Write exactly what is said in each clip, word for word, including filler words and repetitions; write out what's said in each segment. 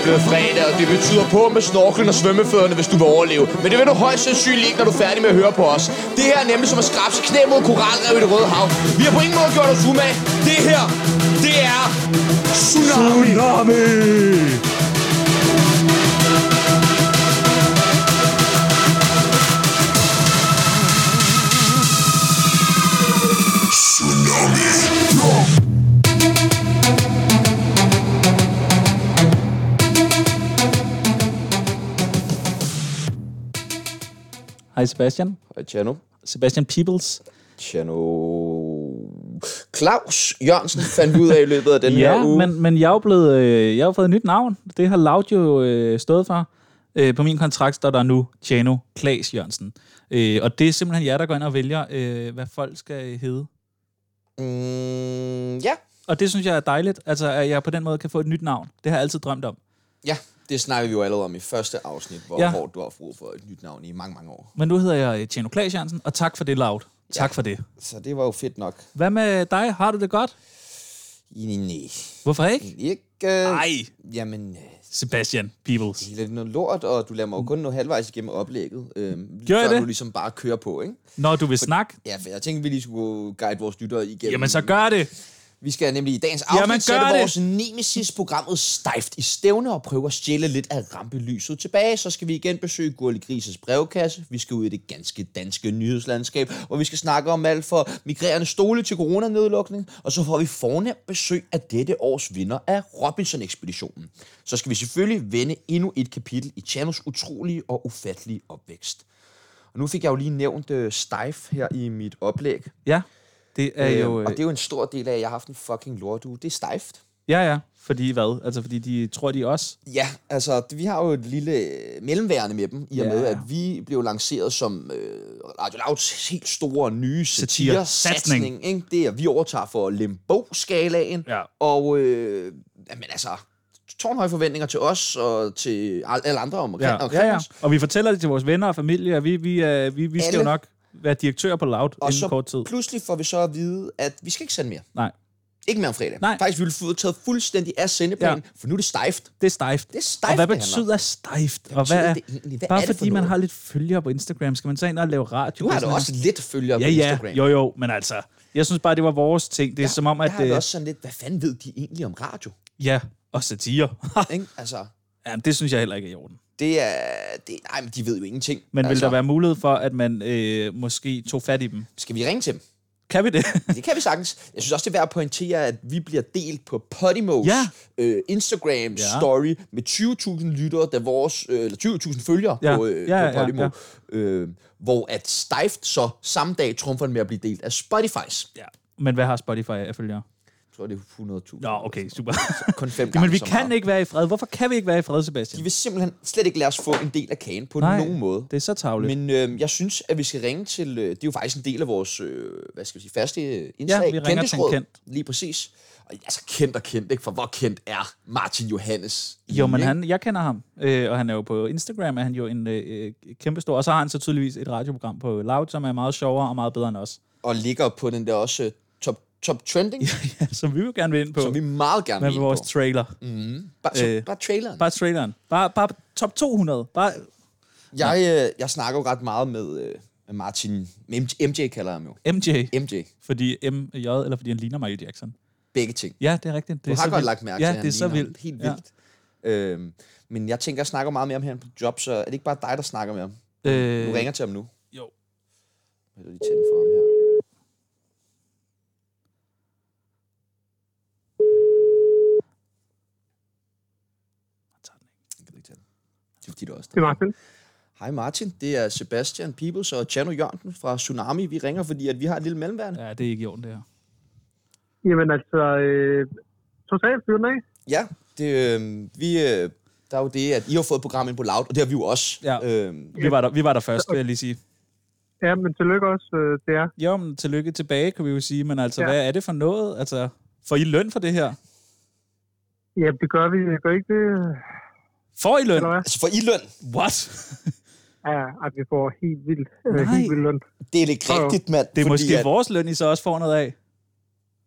blevet fredag, og det betyder på med snorklen og svømmefødderne, hvis du vil overleve. Men det vil du højst sandsynligt ikke, når du er færdig med at høre på os. Det her er nemlig som at skrabse knæ mod koralrev i Det Røde Hav. Vi har på ingen måde gjort os umage. Det her, det er Tsunami. Tsunami! Hej Sebastian. Hej Tjerno. Sebastian Peebles. Tjerno... Claus Jørgensen fandt ud af i løbet af den ja, her uge. men, men jeg er jo blevet, øh, jeg har fået et nyt navn. Det har Loud jo øh, stået for. Øh, på min kontrakt står der nu Tjerno Claes Jørgensen. Øh, og det er simpelthen jer, der går ind og vælger, øh, hvad folk skal hedde. Mm, ja. Og det synes jeg er dejligt, altså at jeg på den måde kan få et nyt navn. Det har jeg altid drømt om. Ja, det snakker vi jo allerede om i første afsnit, hvor, ja. hvor du har brug for et nyt navn i mange, mange år. Men nu hedder jeg Tjerno Claes Jørgensen, og tak for det, Loud. Tak ja, for det. Så det var jo fedt nok. Hvad med dig? Har du det godt? Nej. Hvorfor ikke? Ikke? Nej. Øh, jamen... Sebastian Peebles. Det er lidt noget lort, og du lader mig jo kun nå halvvejs igennem oplægget. Øh, Gør jeg før det? du ligesom bare kører på, ikke? Når du vil for, snakke? Ja, for jeg tænkte, vi lige skulle guide vores lyttere igennem. Jamen, så gør det. Vi skal nemlig i dagens afsnit Jamen, sætte det. vores nemesis-programmet Stejft i stævne og prøve at stjæle lidt af rampelyset tilbage. Så skal vi igen besøge Gurli Grises brevkasse. Vi skal ud i det ganske danske nyhedslandskab, hvor vi skal snakke om alt fra migrerende stole til coronanedlukning. Og så får vi fornemt besøg af dette års vinder af Robinson-ekspeditionen. Så skal vi selvfølgelig vende endnu et kapitel i Tjernos utrolige og ufattelige opvækst. Og nu fik jeg jo lige nævnt uh, Stejf her i mit oplæg. Ja. Det er jo, øh, og det er jo en stor del af, at jeg har haft en fucking lortuge. Det er Stejft. Ja, ja. Fordi hvad? Altså, fordi de tror, de er os? Ja, altså, vi har jo et lille mellemværende med dem, i og ja. med, at vi blev lanceret som øh, Radio Louds helt store nye satire-satsning. Ikke? Det er, vi overtager for Limbo-skalaen. Ja. Og, øh, jamen altså, tårnhøje forventninger til os og til alle andre omkring, ja. omkring ja, ja. os. Og vi fortæller det til vores venner og familie, og vi, vi, uh, vi, vi skal jo nok være direktør på Loud og inden kort tid. Og så pludselig får vi så at vide, at vi skal ikke sende mere. Nej. Ikke mere om fredag. Nej. Faktisk, vi vil få taget fuldstændig af sendeplanen, ja. For nu er det Stejft. Det er Stejft. Det er Stejft. Og hvad betyder Stejft? Hvad og hvad er det egentlig? Hvad bare er det fordi man har lidt følgere på Instagram, skal man så ind og lave radio? Du har da også lidt følgere ja, på ja. Instagram. Jo, jo, men altså, jeg synes bare, det var vores ting. Det er ja, som om, at... Jeg har det også sådan lidt, hvad fanden ved de egentlig om radio? Ja, og satire. Ikke? Altså... Ja, det synes jeg heller ikke er i orden. Det er... Det, nej, men de ved jo ingenting. Men altså, vil der være mulighed for, at man øh, måske tog fat i dem? Skal vi ringe til dem? Kan vi det? Det kan vi sagtens. Jeg synes også, det er værd at pointere, at vi bliver delt på Podimos ja. øh, Instagram-story ja. med tyve tusind lyttere, der vores, øh, eller tyve tusind følgere ja. på, øh, ja, på Podimo. Ja, ja. Øh, hvor at Stejft så samme dag trumfer med at blive delt af Spotify's. Ja. Men hvad har Spotify af følgere? Jeg tror, det er hundrede tusind. Nå, okay, super. Kun fem gange. Men vi så kan meget. ikke være i fred. Hvorfor kan vi ikke være i fred, Sebastian? De vil simpelthen slet ikke lade os få en del af kagen på Nej, nogen måde. Det er så tarveligt. Men øh, jeg synes, at vi skal ringe til... Øh, det er jo faktisk en del af vores øh, hvad skal vi sige, faste indslag. Ja, vi ringer til en kendt. Lige præcis. Og altså kendt og kendt, ikke? For hvor kendt er Martin Johannes? Jo, men han, jeg kender ham. Øh, og han er jo på Instagram, er han jo en øh, kæmpestor. Og så har han så tydeligvis et radioprogram på Loud, som er meget sjovere og meget bedre end os. Og ligger på den der også øh, top, top trending. ja, ja, som vi vil gerne vil ind på. Som vi meget gerne vil ind på. Med vores trailer. Mm-hmm. Bare, så, øh, bare traileren. Bare traileren. Bare, bare top to hundrede. Bare... Jeg, øh, jeg snakker jo ret meget med, øh, med Martin. M J kalder jeg ham jo. M J? M J. Fordi M J, eller fordi han ligner Michael Jackson? Begge ting. Ja, det er rigtigt. Det du er har så godt vildt. lagt mærke ja, til, at det er så vildt. Helt vildt. Ja. Øhm, men jeg tænker, jeg snakker meget mere om her på job, så er det ikke bare dig, der snakker med ham? Øh... Du ringer til ham nu. Jo. Jeg vil lige tænde for ham her. Det er, det er Martin. Hej Martin, det er Sebastian Peebles og Tjerno Jørgensen fra Tsunami. Vi ringer, fordi at vi har et lille mellemværende. Ja, det er ikke i orden, det her. Jamen altså, øh, totalt fyren af. Ja, det, øh, vi, øh, der er jo det, at I har fået et program ind på Loud, og det har vi jo også. Ja, øh, vi, var der, vi var der først, vil jeg lige sige. Ja, men tillykke også, øh, det er. Jo, men tillykke tilbage, kan vi jo sige. Men altså, ja. Hvad er det for noget? Altså, får I løn for det her? Ja, det gør vi. Gør ikke det? Får I løn? Altså, får I løn? What? ja, at vi får helt vildt, øh, helt vildt løn. Det er ikke rigtigt, mand. Det er måske at... vores løn, I så også får noget af.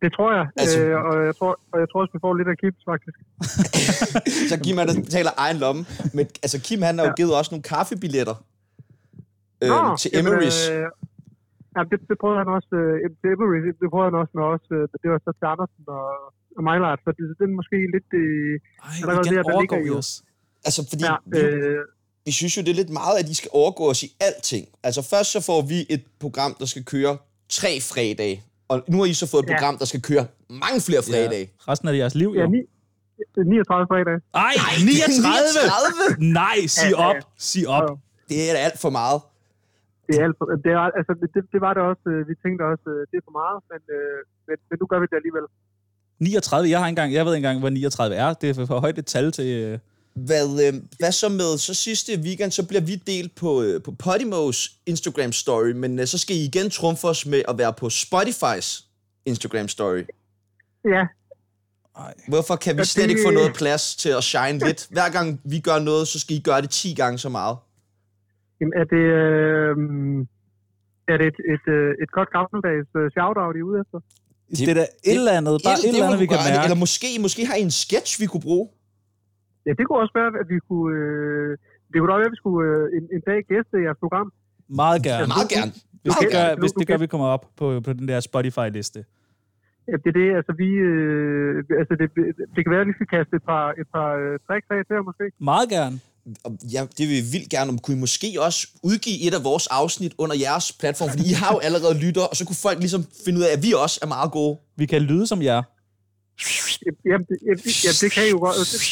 Det tror jeg, Altså- øh, og, jeg tror, og jeg tror også, vi får lidt af Kims, faktisk. Så Kim, han betaler egen lomme. Men altså, Kim, han har jo Ja. givet også nogle kaffebilletter øh, Nå, til jamen, Emery's. Øh, ja, det, det prøvede han også, øh, til Emery's, det prøvede han også med os, øh, det var så til Andersen og, og Mejlert, så det, det er måske lidt... Øh, Ej, allerede igen der, der overgår ligger vi jo. os. Altså, fordi ja, vi, øh, vi synes jo, det er lidt meget, at de skal overgå os i alting. Altså, først så får vi et program, der skal køre tre fredage. Og nu har I så fået et Ja. program, der skal køre mange flere fredage. Ja, resten af jeres liv, ja, jo. ni, niogtredive fredag. Ej, niogtredive! niogtredive? Nej, sig Ja, ja, op, ja. sig op. Ja. Det er da alt for meget. Det er alt for, det, er, altså, det, det, det var det også. øh, Vi tænkte også, øh, det er for meget, men, øh, men, men nu gør vi det alligevel. niogtredive, jeg har ikke engang, jeg ved ikke engang, hvad niogtredive er. Det er for, for højt et tal til... Øh... Hvad, øh, hvad så med, så sidste weekend, så bliver vi delt på, øh, på Podimos Instagram story, men øh, så skal I igen trumfe os med at være på Spotifys Instagram story. Ja, Ej. Hvorfor kan vi Ja, slet det- ikke få noget plads til at shine lidt? Hver gang vi gør noget, så skal I gøre det ti gange så meget. jamen, er det, øh, er det et, et, øh, et godt gammeldags øh, shout-out, I er ude efter? Det, det er da et eller andet, bare et, et eller må andet, du vi kan gøre. mærke. Eller måske, måske har I en sketch, vi kunne bruge. Ja, det kunne også være, at vi kunne... Øh, det kunne da også være, at vi skulle øh, en, en dag gæste i jeres program. Meget gerne. Meget gerne. Hvis Meget det, gør, gerne. hvis Du- det du gør, kan- vi kommer op på, på den der Spotify-liste. Ja, det er det, altså vi... Øh, altså det, det kan være, at vi skal kaste et par, et par øh, tricks af til jer, måske. Meget gerne. Og ja, det vil vi vildt gerne. Om kunne I måske også udgive et af vores afsnit under jeres platform, fordi I har jo allerede lytter, og så kunne folk ligesom finde ud af, at vi også er meget gode. Vi kan lyde som jer. Jamen, det, jamen, det- jamen, det kan I jo godt. Det,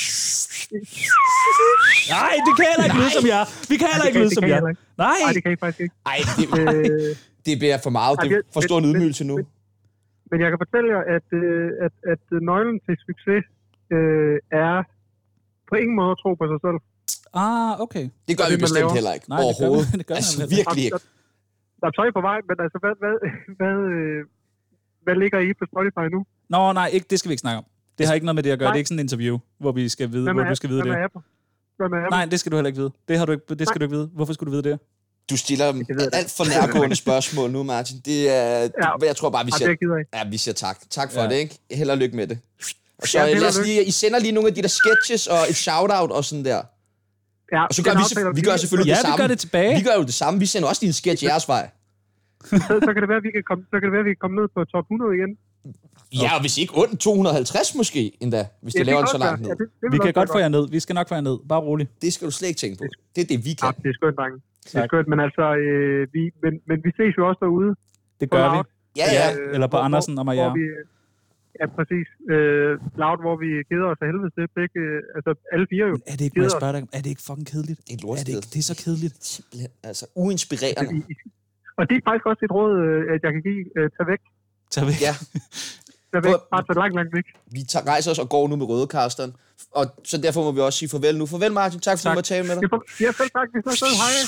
Nej, det kan heller ikke lyde som jer. Vi kan heller det ikke kan- lyde det som kan jeg jer. heller ikke. Nej. Nej, det kan I faktisk ikke. Ej, det, Øh, det bliver for meget. Det er for stor en men- ydmygelse nu. Men jeg kan fortælle jer, at, øh, at, at nøglen til succes øh, er på ingen måde at tro på sig selv. Ah, okay. Det gør det, vi man bestemt laver. heller ikke. Nej, det gør Overhovedet. man- det gør man altså, heller ikke. virkelig ikke. Der er tøj på vej, men altså, hvad, hvad, hvad, øh, hvad ligger I på Spotify nu? Nå, nej, ikke, det skal vi ikke snakke om. Det har ikke noget med det at gøre. Nej. Det er ikke sådan et interview, hvor vi skal vide, Hvem hvor er, du skal vide hvem det. er jeg på? Hvem er jeg på? Nej, det skal du heller ikke vide. Det, har du ikke, det skal du ikke vide. Hvorfor skulle du vide det? Du stiller dem ved jeg da. alt for nærgående spørgsmål nu, Martin. Det er, Ja. jeg tror bare, vi Ej, det siger, er jeg ked af. ja, vi siger tak. Tak for Ja. det, ikke? Held og lykke med det. Og så Ja, ja, held og lad os lykke. lige, I sender lige nogle af de der sketches og et shout-out og sådan der. Ja, Og så gør den vi, aftaler vi gør selvfølgelig Ja, det vi samme. gør det tilbage. Vi gør jo det samme. Vi sender også din sketch jeres vej. så, så, kan det være, at vi kan komme, så kan det være, at vi kan komme ned på top hundrede igen. Ja, og hvis ikke under to hundrede og halvtreds måske endda, hvis det Ja, laver kan en så også langt være. ned. Ja, det, det vil Vi kan også godt være få jer ned. Vi skal nok få jer ned. Bare rolig. Det skal du slet ikke tænke på. Det er det, vi Ja, kan. det er skønt, drenge. Det er Tak. skønt, men altså, øh, vi, men, men vi ses jo også derude. Det gør vi. Loud. Ja, ja. Øh, Eller på hvor- Andersen og hvor Maja. vi, Ja, præcis. Øh, Loud, hvor vi keder os af helvede til begge, øh, altså alle fire jo. Er det ikke, må jeg spørge dig, om- er det ikke fucking kedeligt? Det er et Er det, lortsted. ikke, det er så kedeligt. Simpelthen, altså uinspirerende. I- I- Og det er faktisk også et råd, øh, at jeg kan give. Øh, tag væk. Tag væk. Ja, Tag væk. Hvor- Bare tag langt, langt væk. vi tager, rejser os og går nu med rødekasteren. Og så derfor må vi også sige farvel nu. Farvel Martin, tak fordi Tak. du måtte tale med dig. Jeg får, ja, selv tak. Vi snakkes ved. Hej.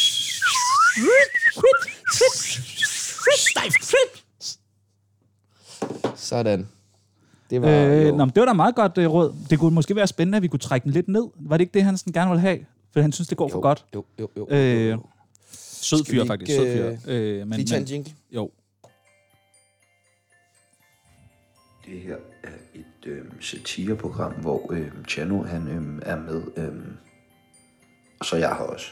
Sådan. Det var Øh, jo... nå, men det var da meget godt uh, råd. Det kunne måske være spændende, at vi kunne trække den lidt ned. Var det ikke det, han sådan gerne ville have? For han synes, det går for Jo, godt. Jo, jo, jo. Øh, jo. Sød Skal vi fyr, ikke, faktisk. Sød fyr. øh, Øh, men, Lige tage en men, jingle. jo. Det her er et øh, satireprogram, hvor øh, Chano han øh, er med, øh, og så jeg har også.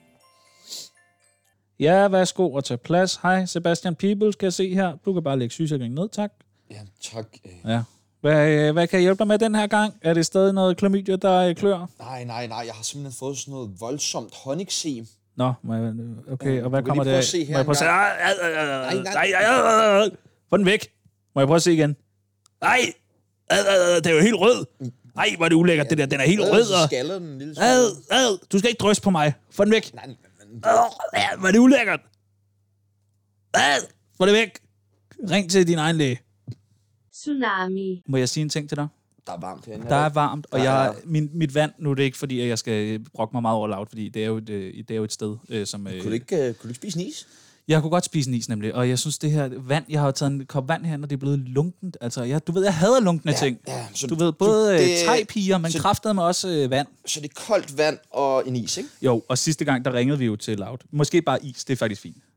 Ja, værsgo og tage plads. Hej, Sebastian Peebles, kan jeg se her. Du kan bare lægge sygesikringen ned, tak. Ja, tak. Øh, Ja. Hvad, øh, hvad kan jeg hjælpe dig med den her gang? Er det stadig noget klamydia, der øh, klør? Nej, nej, nej. Jeg har simpelthen fået sådan noget voldsomt honningsem. Nå, må jeg, okay, og hvad du kan kommer lige prøve det af? at se her Må jeg prøve at se? engang. Ah, ah, ah, ah, Nej, nej. Nej, ah, ah, ah. Få den væk. Må jeg prøve at se igen? Nej, ah, ah, ah, det er jo helt rød. Nej, hvor er det ulækkert, det der. Den er helt rød. Så Og... skaller den en lille smule. Ad, ad. Du skal ikke drysse på mig. Få den væk. Nej, men- men- Ah, hvor er det ulækkert. Ad, få det væk. Ring til din egen læge. Tsunami. Må jeg sige en ting til dig? Der er varmt herinde. Der er varmt, og Der er- jeg, min, mit vand, nu er det ikke fordi, at jeg skal brokke mig meget over Loud, fordi det er jo et, øh, det er jo et sted, øh, som... Øh, Kunne du ikke, uh, kunne du ikke spise en is? Jeg kunne godt spise en is nemlig, og jeg synes det her vand, jeg har jo taget en kop vand her, og det er blevet lunkent. Altså, jeg, du ved, jeg hader lunkne ting. ja, så du ved, både det- det, thai-piger, men så- kraftede med også øh, vand. Så det er koldt vand og en is, ikke? Jo, og sidste gang, der ringede vi jo til Loud. Måske bare is, det er faktisk fint.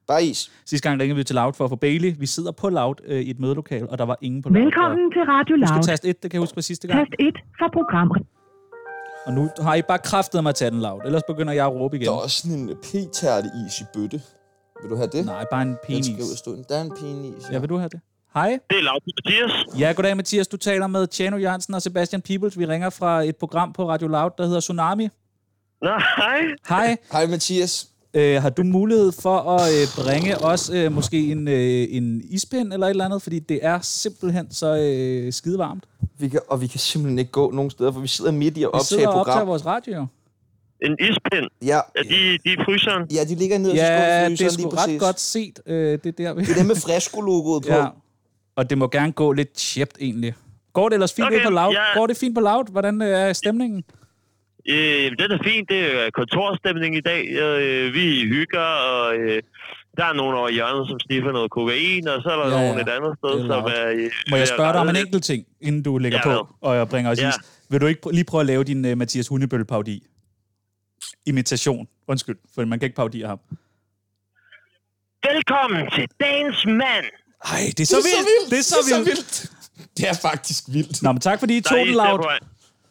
Bare is. Sidste gang ringede vi til Loud for at få Bailey. Vi sidder på Loud øh, i et mødelokale, og der var ingen på Loud. Velkommen til Radio Du skal Loud. taste et, det kan jeg huske fra sidste gang. Tast et for programmet. Og nu har I bare kraftet mig at tage den Loud, ellers begynder jeg at råbe igen. Der er også sådan en p-tærte is i bøtte. Vil du have det? Nej, bare en Den penis. skal ud af stå. Der er en penis. Ja, vil du have det? Hej. Det er Loud Mathias. Ja, goddag Mathias. Du taler med Tjano Jørgensen og Sebastian Peebles. Vi ringer fra et program på Radio Loud, der hedder Tsunami. Nå, hej. Hej. Hej Mathias. Øh, har du mulighed for at øh, bringe os øh, måske en, øh, en ispind eller et eller andet? Fordi det er simpelthen så øh, skide varmt. Vi kan, og vi kan simpelthen ikke gå nogen steder, for vi sidder midt i at Vi optage sidder og optager program. vores radio, jo. En ispind. Ja, Er de, de er i fryseren? ja, de ligger nede Ja, og det så er lige sgu ret præcis. godt set. Øh, det der. Det er dem med Fresco-logoet på. Ja. Og det må gerne gå lidt tjept egentlig. Går det ellers fint Okay, okay, på Loud? ja. Går det fint på Loud? Hvordan øh, er stemningen? Øh, den er fint. Det er kontorstemning i dag. Øh, vi hygger, og øh, der er nogen over i hjørnet, som sniffer noget kokain, og så er der Ja, ja, ja. nogen et andet sted, Det er som Loud. er... Øh, Må jeg spørge dig om en lidt. enkelt ting, inden du lægger Ja, på og bringer os Ja. is? Vil du ikke pr- lige prøve at lave din uh, Mathias Hundebøl-parodi? Imitation. Undskyld, for man kan ikke parodiere ham. Velkommen til dagens mand. Ej, det er så vildt! Det er så vildt! vildt. Det er faktisk vildt. Nå, men tak fordi I Der tog er det, is der Loud. på vej.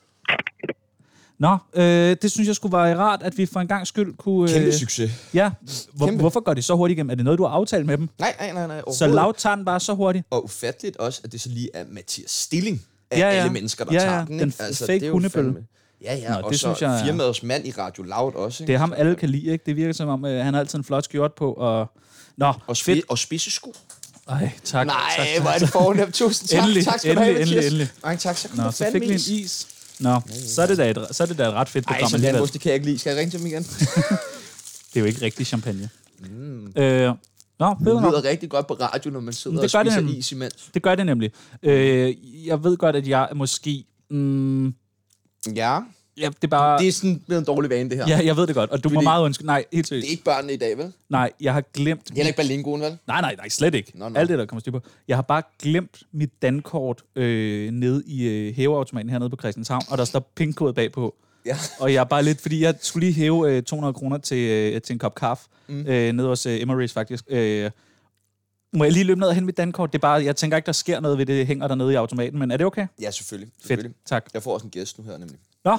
Nå, øh, det synes jeg skulle være rart, at vi for en gang skyld kunne... Øh, Kæmpe succes. Ja, Hvor, Kæmpe. hvorfor går det så hurtigt igennem? Er det noget, du har aftalt med dem? Nej, nej, nej, nej. Så overhovedet. Loud tager den bare så hurtigt? Og ufatteligt også, at det så lige er Mathias Stilling af Ja, ja. alle mennesker, der Ja, ja. tager den. Den ikke? f- fake det er jo hundebølle. fandme- Ja, ja, Nå, og det så synes jeg er- firmaets mand i Radio Loud også. Ikke? Det er ham, alle kan lide, ikke? Det virker som om, øh, han har altid en flot skjort på, og... Nå, Og, fedt. spi- og spidse sko. Ej, tak. Nej, tak, tak, hvor er det fornemt. Tusind tak. Endelig, tak skal du endelig, have, endelig, Mathias. endelig. Mange tak, så kan Nå, du så fandme fik vi en is. is. Nå, så er det da et, så er det da et ret fedt Ej, program så alligevel. landbrugs, det kan jeg ikke lide. Skal jeg ringe til dem igen? Det er jo ikke rigtig champagne. Mm. Øh, nå, Det fedt nok. lyder rigtig godt på radio, når man sidder Det og gør det spiser nemlig. is imens. Det gør det nemlig. Øh, jeg ved godt, at jeg måske... Mm, Ja, ja, det er bare... det er sådan blevet en dårlig vane, det her. Ja, jeg ved det godt, og du må Fordi- meget undskylde. Nej, helt Det seriøst. er ikke børnene i dag, vel? Nej, jeg har glemt... Det er ikke Berlingoen, vel? Nej, nej, nej, slet ikke. Nå, nå. Alt det, der kommer styr på. Jeg har bare glemt mit dankort øh, nede i øh, hæveautomaten hernede på Christianshavn, og der står pinkode bagpå. Ja. Og jeg er bare lidt, fordi jeg skulle lige hæve øh, to hundrede kroner til, øh, til en kop kaffe, mm. øh, nede hos øh, Emery's faktisk. Øh, må jeg lige løbe ned og hente mit dankort? Det er bare, jeg tænker ikke, der sker noget ved det, hænger dernede i automaten, men er det okay? Ja, selvfølgelig. Fedt, selvfølgelig. tak. Jeg får også en gæst nu her, nemlig. Nå,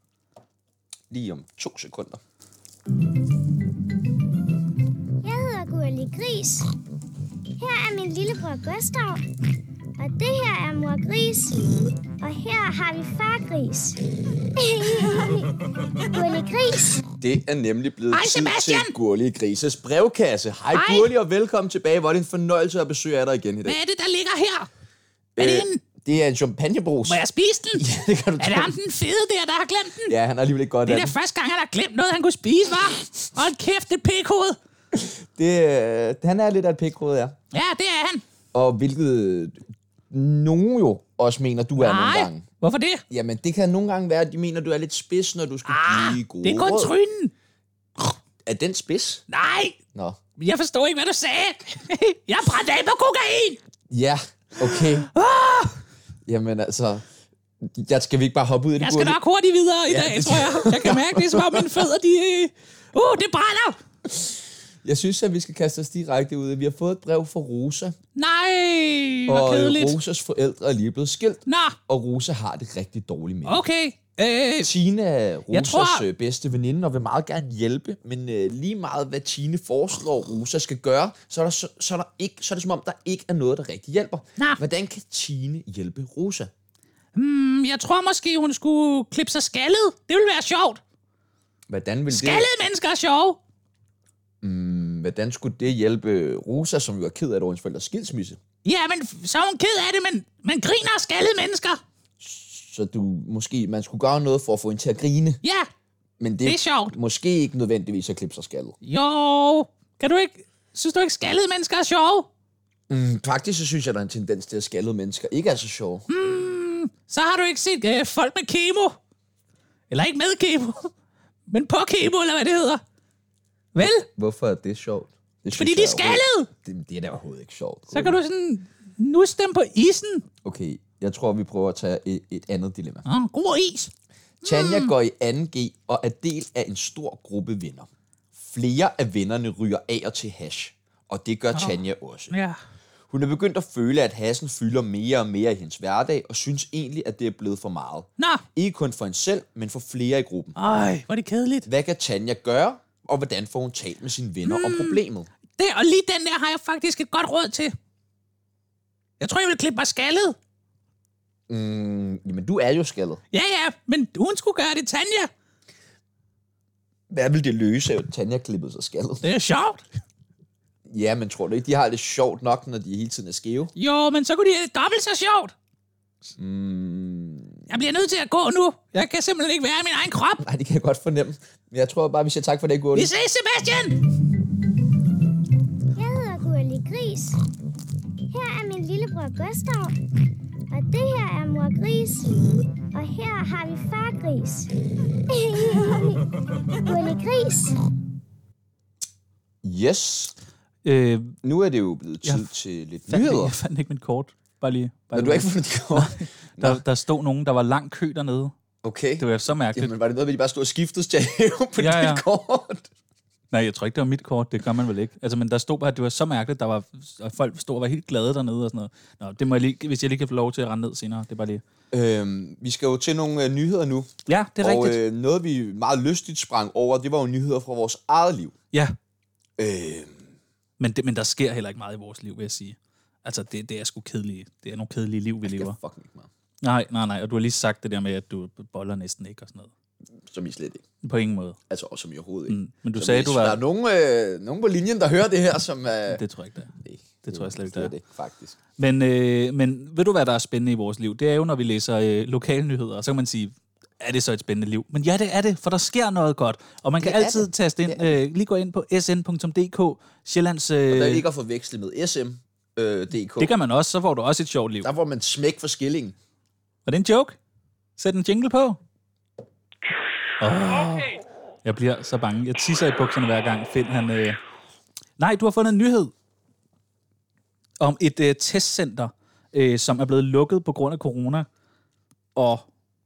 Lige om to sekunder. Jeg hedder Gurli Gris. Her er min lillebror Gustav. Og det her er mor Gris. Og her har vi far Gris. Gurli Gris. Det er nemlig blevet Hej, tid Sebastian! til Gurli Grises brevkasse. Hej, Hej. Gurli, og velkommen tilbage. Hvor er det en fornøjelse at besøge af dig igen i dag. Hvad er det, der ligger her? Er det en... Det er en champagnebrus. Må jeg spise den? Ja, det kan du Er det tro. ham, den fede der, der har glemt den? Ja, han har alligevel ikke godt Det af er den. da første gang, han har glemt noget, han kunne spise, var. Hold kæft, det p-kode. Det, øh, han er lidt af et pikhoved, ja. Ja, det er han. Og hvilket nogen jo også mener, du er nogle Nej, gange. hvorfor det? Jamen, det kan nogle gange være, at de mener, du er lidt spids, når du skal Ah, give gode det er kun råd. trynen. Er den spids? Nej, Nå. jeg forstår ikke, hvad du sagde. Jeg brændte af på kokain. Ja, okay. Ah, Jamen altså, jeg skal vi ikke bare hoppe ud af det, jeg skal Gurli? nok hurtigt videre i Ja, dag, det- tror jeg. Jeg kan mærke, det er som om mine fødder, de... øh, Uh, det brænder. Jeg synes, at vi skal kaste os direkte ud. Vi har fået et brev fra Rosa, Nej, hvor og øh, kedeligt. Rosas forældre er lige blevet skilt, Nå, og Rosa har det rigtig dårligt med. okay. Øh, Tine er Rosas tror- tror... bedste veninde og vil meget gerne hjælpe, men øh, lige meget hvad Tine foreslår, Rosa skal gøre, så er, der, så, så, er der ikke, så er det som om, der ikke er noget, der rigtig hjælper. Nå. Hvordan kan Tine hjælpe Rosa? hmm, jeg tror måske, hun skulle klippe sig skaldet. Det ville være sjovt. Hvordan, vil det, Skaldede mennesker er sjove. mm, hvordan skulle det hjælpe Rosa, som jo er ked af, at hendes forældres skilsmisse? Ja, men så er hun ked af det, men man griner af skaldede mennesker. Så du måske man skulle gøre noget for at få hende til at grine, Ja, men det, det er sjovt. måske ikke nødvendigvis at klippe sig skaldet. Jo, kan du ikke... Synes du ikke, skaldede mennesker er sjove? Mm, faktisk så synes jeg, der er en tendens til, at skaldede mennesker ikke er så sjove. Hmm, så har du ikke set øh, folk med kemo. Eller ikke med kemo, men på kemo, eller hvad det hedder. Vel? Hvorfor er det sjovt? Det Fordi synes de er jeg overhovedet- skaldede. Det, det er da overhovedet ikke sjovt. Så kan du sådan nusse dem på isen. Okay, jeg tror, vi prøver at tage et, et andet dilemma. Oh, god is. Tanja går i anden G og er del af en stor gruppe venner. Flere af vennerne ryger af og til hash. Og det gør Tanja også. Ja. Hun er begyndt at føle, at hassen fylder mere og mere i hendes hverdag, og synes egentlig, at det er blevet for meget. Nå. Ikke kun for hende selv, men for flere i gruppen. Ej, hvor er det kedeligt. Hvad kan Tanja gøre, og hvordan får hun talt med sine venner mm. om problemet? Det, og lige den der har jeg faktisk et godt råd til. Jeg tror, jeg vil klippe mig skaldet. Mm, jamen, du er jo skaldet. Ja, ja, men hun skulle gøre det, Tanja. Hvad vil det løse, at Tanja klippede sig skaldet? Det er sjovt. Ja, men tror du ikke, de har det sjovt nok, når de hele tiden er skæve? Jo, men så kunne de have det dobbelt så sjovt. Mm. Jeg bliver nødt til at gå nu. Jeg kan simpelthen ikke være i min egen krop. Nej, det kan jeg godt fornemme. Men jeg tror bare, vi siger tak for det, Gurli. Vi ses, Sebastian! Jeg hedder Gurli Gris. Her er min lillebror Gustav. Og det her er mor Gris. Og her har vi far Gris. Gurli Gris. Yes. Øh, nu er det jo blevet tid jeg til lidt fandt, nyheder. Jeg fandt ikke mit kort. Bare lige. Bare Men du har ikke fundet dit kort? der, der stod nogen, der var lang kø dernede. Okay. Det var så mærkeligt. Jamen, var det noget, at de bare stod og skiftede stjæve på ja, ja. dit kort? Nej, jeg tror ikke, det var mit kort. Det gør man vel ikke. Altså, men der stod bare, at det var så mærkeligt. Der var, og folk stod og var helt glade dernede og sådan noget. Nå, det må jeg lige, hvis jeg lige kan få lov til at rende ned senere. Det er bare lige. Øhm, vi skal jo til nogle øh, nyheder nu. Ja, det er og, rigtigt. Og øh, noget, vi meget lystigt sprang over, det var jo nyheder fra vores eget liv. Ja. Øhm. Men, det, men der sker heller ikke meget i vores liv, vil jeg sige. Altså, det, det er sgu kedelige. Det er nogle kedelige liv, vi lever. Fucking ikke meget. Nej, nej, nej. Og du har lige sagt det der med, at du boller næsten ikke og sådan noget. Som I slet ikke. På ingen måde. Altså, også som I overhovedet ikke. Mm, men du som sagde, I, du var... Der er nogen, øh, nogen på linjen, der hører det her, som... Øh... Det tror jeg ikke, det er. Nej, det tror jeg slet ikke, det er. Det er det, faktisk. Men, øh, men ved du, hvad der er spændende i vores liv? Det er jo, når vi læser øh, lokalnyheder, og så kan man sige, er det så et spændende liv? Men ja, det er det, for der sker noget godt. Og man kan det altid taste ind, øh, lige gå ind på s n punktum d k, Sjællands... Øh... Og der er ikke at forveksle med S M punktum d k. Det kan man også, så får du også et sjovt liv. Der får man smæk for skillingen. Var det en joke? Sæt en jingle på. Oh, okay. Jeg bliver så bange. Jeg tisser i bukserne hver gang. Find han... Øh... Nej, du har fundet en nyhed om et øh, testcenter, øh, som er blevet lukket på grund af corona. Og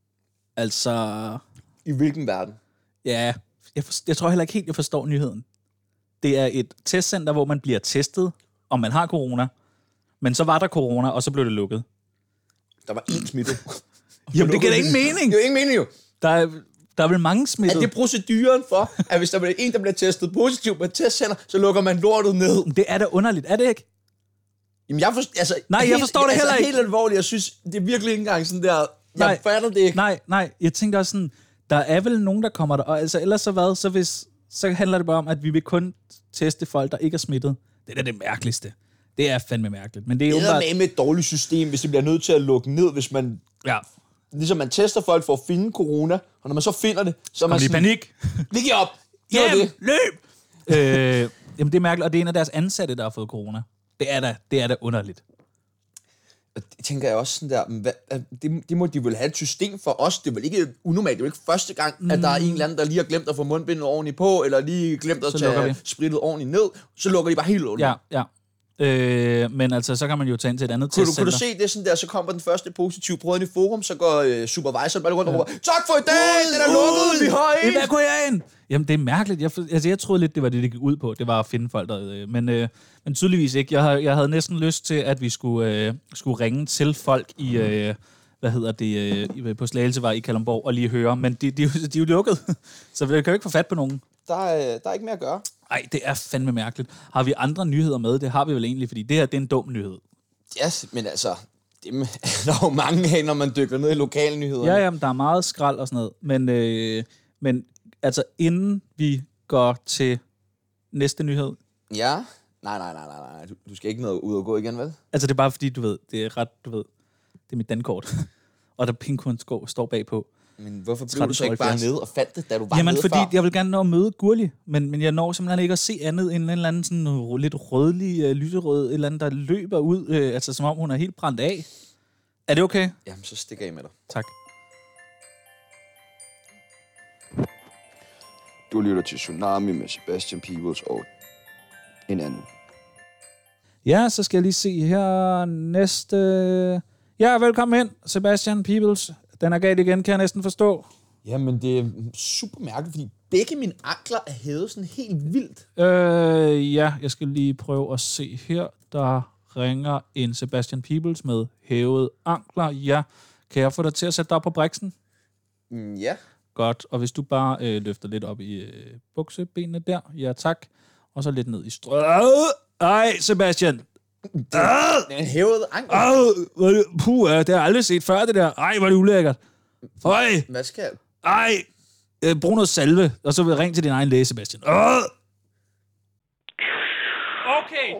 altså... I hvilken verden? Ja, jeg, for, jeg tror heller ikke helt, jeg forstår nyheden. Det er et testcenter, hvor man bliver testet, om man har corona. Men så var der corona, og så blev det lukket. Der var én smittet. Jamen, det giver da ingen mening. Det er ingen mening jo. Der er, der er vel mange smittet. Er det proceduren for, at hvis der bliver en, der bliver testet positivt på et testcenter, så lukker man lortet ned? Det er da underligt, er det ikke? Jamen, jeg forstår, altså, Nej, jeg helt, forstår det heller altså, ikke. helt alvorligt, jeg synes, det er virkelig ikke engang sådan der... Jeg Nej, fatter det ikke. Nej, nej, jeg tænker også sådan, der er vel nogen, der kommer der, og altså ellers så hvad, så, hvis, så handler det bare om, at vi vil kun teste folk, der ikke er smittet. Det er da det mærkeligste. Det er fandme mærkeligt. Men det er jo bare... med med et dårligt system, hvis det bliver nødt til at lukke ned, hvis man... Ja. Ligesom man tester folk for at finde corona, og når man så finder det, så er man sådan... panik. Vi giver op. Jamen, det. løb! øh, jamen, det er mærkeligt, og det er en af deres ansatte, der har fået corona. Det er da, det er da underligt. Og det tænker jeg også sådan der, hvad, det, det må de vel have et system for os. Det er vel ikke unormalt. Det er jo ikke første gang, mm. at der er en eller anden, der lige har glemt at få mundbindet ordentligt på, eller lige glemt at så tage sprittet ordentligt ned. Så lukker de bare helt under. Ja, ja. Øh, men altså, så kan man jo tage ind til et andet kunne testcenter. Du, kunne du se det sådan der, så kommer den første positive brød i forum, så går øh, supervisoren bare rundt og råber, tak for i dag, den er lukket, vi har en! Evakuer ind! Jamen, det er mærkeligt. Jeg, altså, jeg troede lidt, det var det, det gik ud på. Det var at finde folk, der... Øh, men, øh, men tydeligvis ikke. Jeg, har, jeg havde næsten lyst til, at vi skulle, øh, skulle ringe til folk i... Øh, hvad hedder det? Øh, på Slagelsevej i Kalundborg og lige høre. Men de, de, de er jo lukket, så vi kan jo ikke få fat på nogen. Der er, der er ikke mere at gøre. Nej, det er fandme mærkeligt. Har vi andre nyheder med? Det har vi vel egentlig, fordi det her, det er en dum nyhed. Ja, yes, men altså, det, der er jo mange af, når man dykker ned i lokale nyheder. Ja, jamen, der er meget skrald og sådan noget. Men, øh, men altså, inden vi går til næste nyhed... Ja? Nej, nej, nej, nej, nej. Du, du skal ikke noget ud og gå igen, vel? Altså, det er bare fordi, du ved, det er ret, du ved, det er mit dankort. Og der pinkun står bagpå. Men hvorfor blev du så ikke bare nede og fandt det, da du var Jamen, nede fordi før? jeg vil gerne nå at møde Gurli, men, men jeg når simpelthen ikke at se andet end en eller anden sådan lidt rødlig, uh, lyserød, et eller andet, der løber ud, uh, altså som om hun er helt brændt af. Er det okay? Jamen, så stikker jeg med dig. Tak. Du lytter til Tsunami med Sebastian Peebles og en anden. Ja, så skal jeg lige se her næste... Ja, velkommen ind, Sebastian Peebles. Den er galt igen, kan jeg næsten forstå. Jamen, det er super mærkeligt, fordi begge mine ankler er hævet sådan helt vildt. Øh, ja, jeg skal lige prøve at se her. Der ringer en Sebastian Peebles med hævede ankler. Ja, kan jeg få dig til at sætte dig op på briksen? Mm, ja. Godt, og hvis du bare øh, løfter lidt op i øh, buksebenene der. Ja, tak. Og så lidt ned i strøget. Ej, Sebastian. Det er en hævet ankel. Puh, det har jeg aldrig set før, det der. Ej, hvor er det ulækkert. Øj. Hvad skal jeg? Ej, øh, brug noget salve, og så vil jeg ringe til din egen læge, Sebastian. Øh. Okay.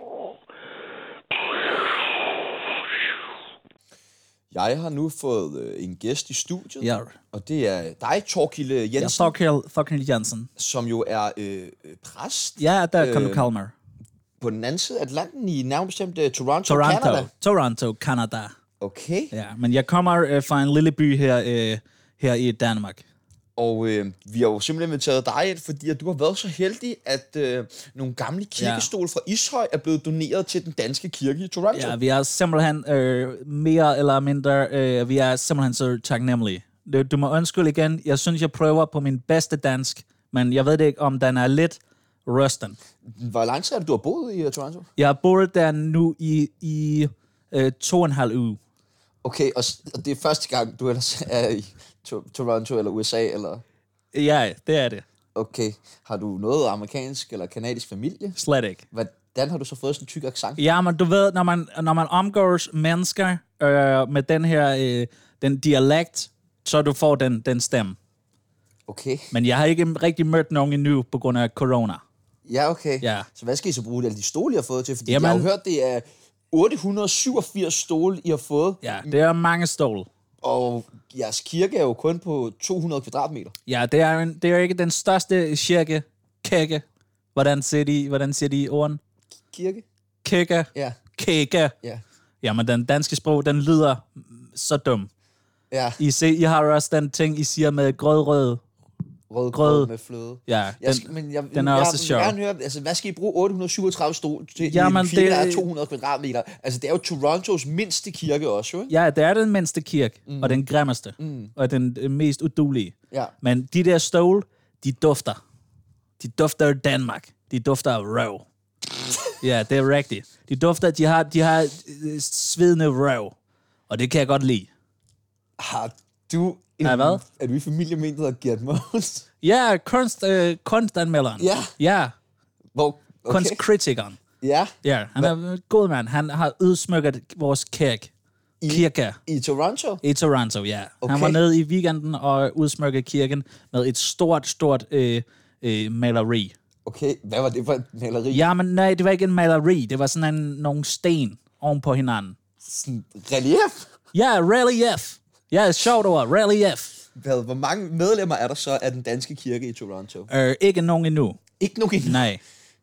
Jeg har nu fået øh, en gæst i studiet, ja. Og det er dig, Torkild Jensen. Ja, Torkild, Torkild Jensen. Som jo er øh, præst. Ja, der kan øh, du kalde mig. På den anden side af Atlanten, i nærmere bestemt uh, Toronto, Toronto, Canada. Toronto, Canada. Okay. Ja, men jeg kommer uh, fra en lille by her, uh, her i Danmark. Og øh, vi har jo simpelthen inviteret dig ind, fordi at du har været så heldig, at øh, nogle gamle kirkestole ja. fra Ishøj er blevet doneret til den danske kirke i Toronto. Ja, vi er simpelthen øh, mere eller mindre, øh, vi er simpelthen så taknemmelige. Du, du må undskylde igen, jeg synes, jeg prøver på min bedste dansk, men jeg ved ikke, om den er lidt rusten. Hvor lang tid er det, du har boet i uh, Toronto? Jeg har boet der nu i, i øh, to og en halv uge. Okay, og, og det er første gang, du ellers er i to- Toronto eller U S A, eller? Ja, det er det. Okay. Har du noget amerikansk eller kanadisk familie? Slet ikke. Hvordan har du så fået sådan en tyk accent? Ja, men du ved, når man, når man omgås mennesker øh, med den her øh, den dialekt, så du får den, den stemme. Okay. Men jeg har ikke rigtig mødt nogen endnu på grund af corona. Ja, okay. Ja. Så hvad skal I så bruge alle de stole, I har fået til? Fordi Jamen, jeg har jo hørt, det er otte hundrede syvogfirs stole, I har fået. Ja, det er mange stole. Og jeres kirke er jo kun på to hundrede kvadratmeter. Ja, det er, en, det er ikke den største kirke. Kirke. Hvordan siger de, hvordan siger de orden? Kirke? Kirke. Ja. Kirke. Ja. Jamen, den danske sprog, den lyder så dum. Ja. I, se, I har også den ting, I siger med grød-rød. Rød grød med fløde. Ja, den, jeg skal, men jeg, den er jeg, også jeg, sjov. Jeg vil gerne høre, altså, hvad skal I bruge otte hundrede syvogtredive stole til Ja, i en kirke, det, der er to hundrede kvadratmeter? Altså, det er jo Torontos mindste kirke også, jo, ikke? Ja, det er den mindste kirke, mm. og den grimmeste, mm. og den mest udulige. Ja. Men de der stole, de dufter. De dufter af Danmark. De dufter af røv. Ja, det er rigtigt. De dufter, de har, de har svedende røv, og det kan jeg godt lide. Har du... En, ja, hvad? Er du i familie med en, der hedder Gert Mogens? Ja, kunst, øh, kunstanmelderen. Ja. Ja. Hvor, okay. Kunstkritikeren. Ja. Ja, han er en god mand. Han har udsmykket vores kirke. I, kirke. I Toronto? I Toronto, ja. Okay. Han var nede i weekenden og udsmykkede kirken med et stort, stort øh, øh, maleri. Okay, hvad var det for et maleri? Ja, men nej, det var ikke en maleri. Det var sådan en, nogle sten oven på hinanden. Sådan relief? Ja, relief. Ja, sjovt ord. Relief. Hvad, hvor mange medlemmer er der så af den danske kirke i Toronto? Øh, ikke nogen endnu. Ikke nogen endnu? Nej.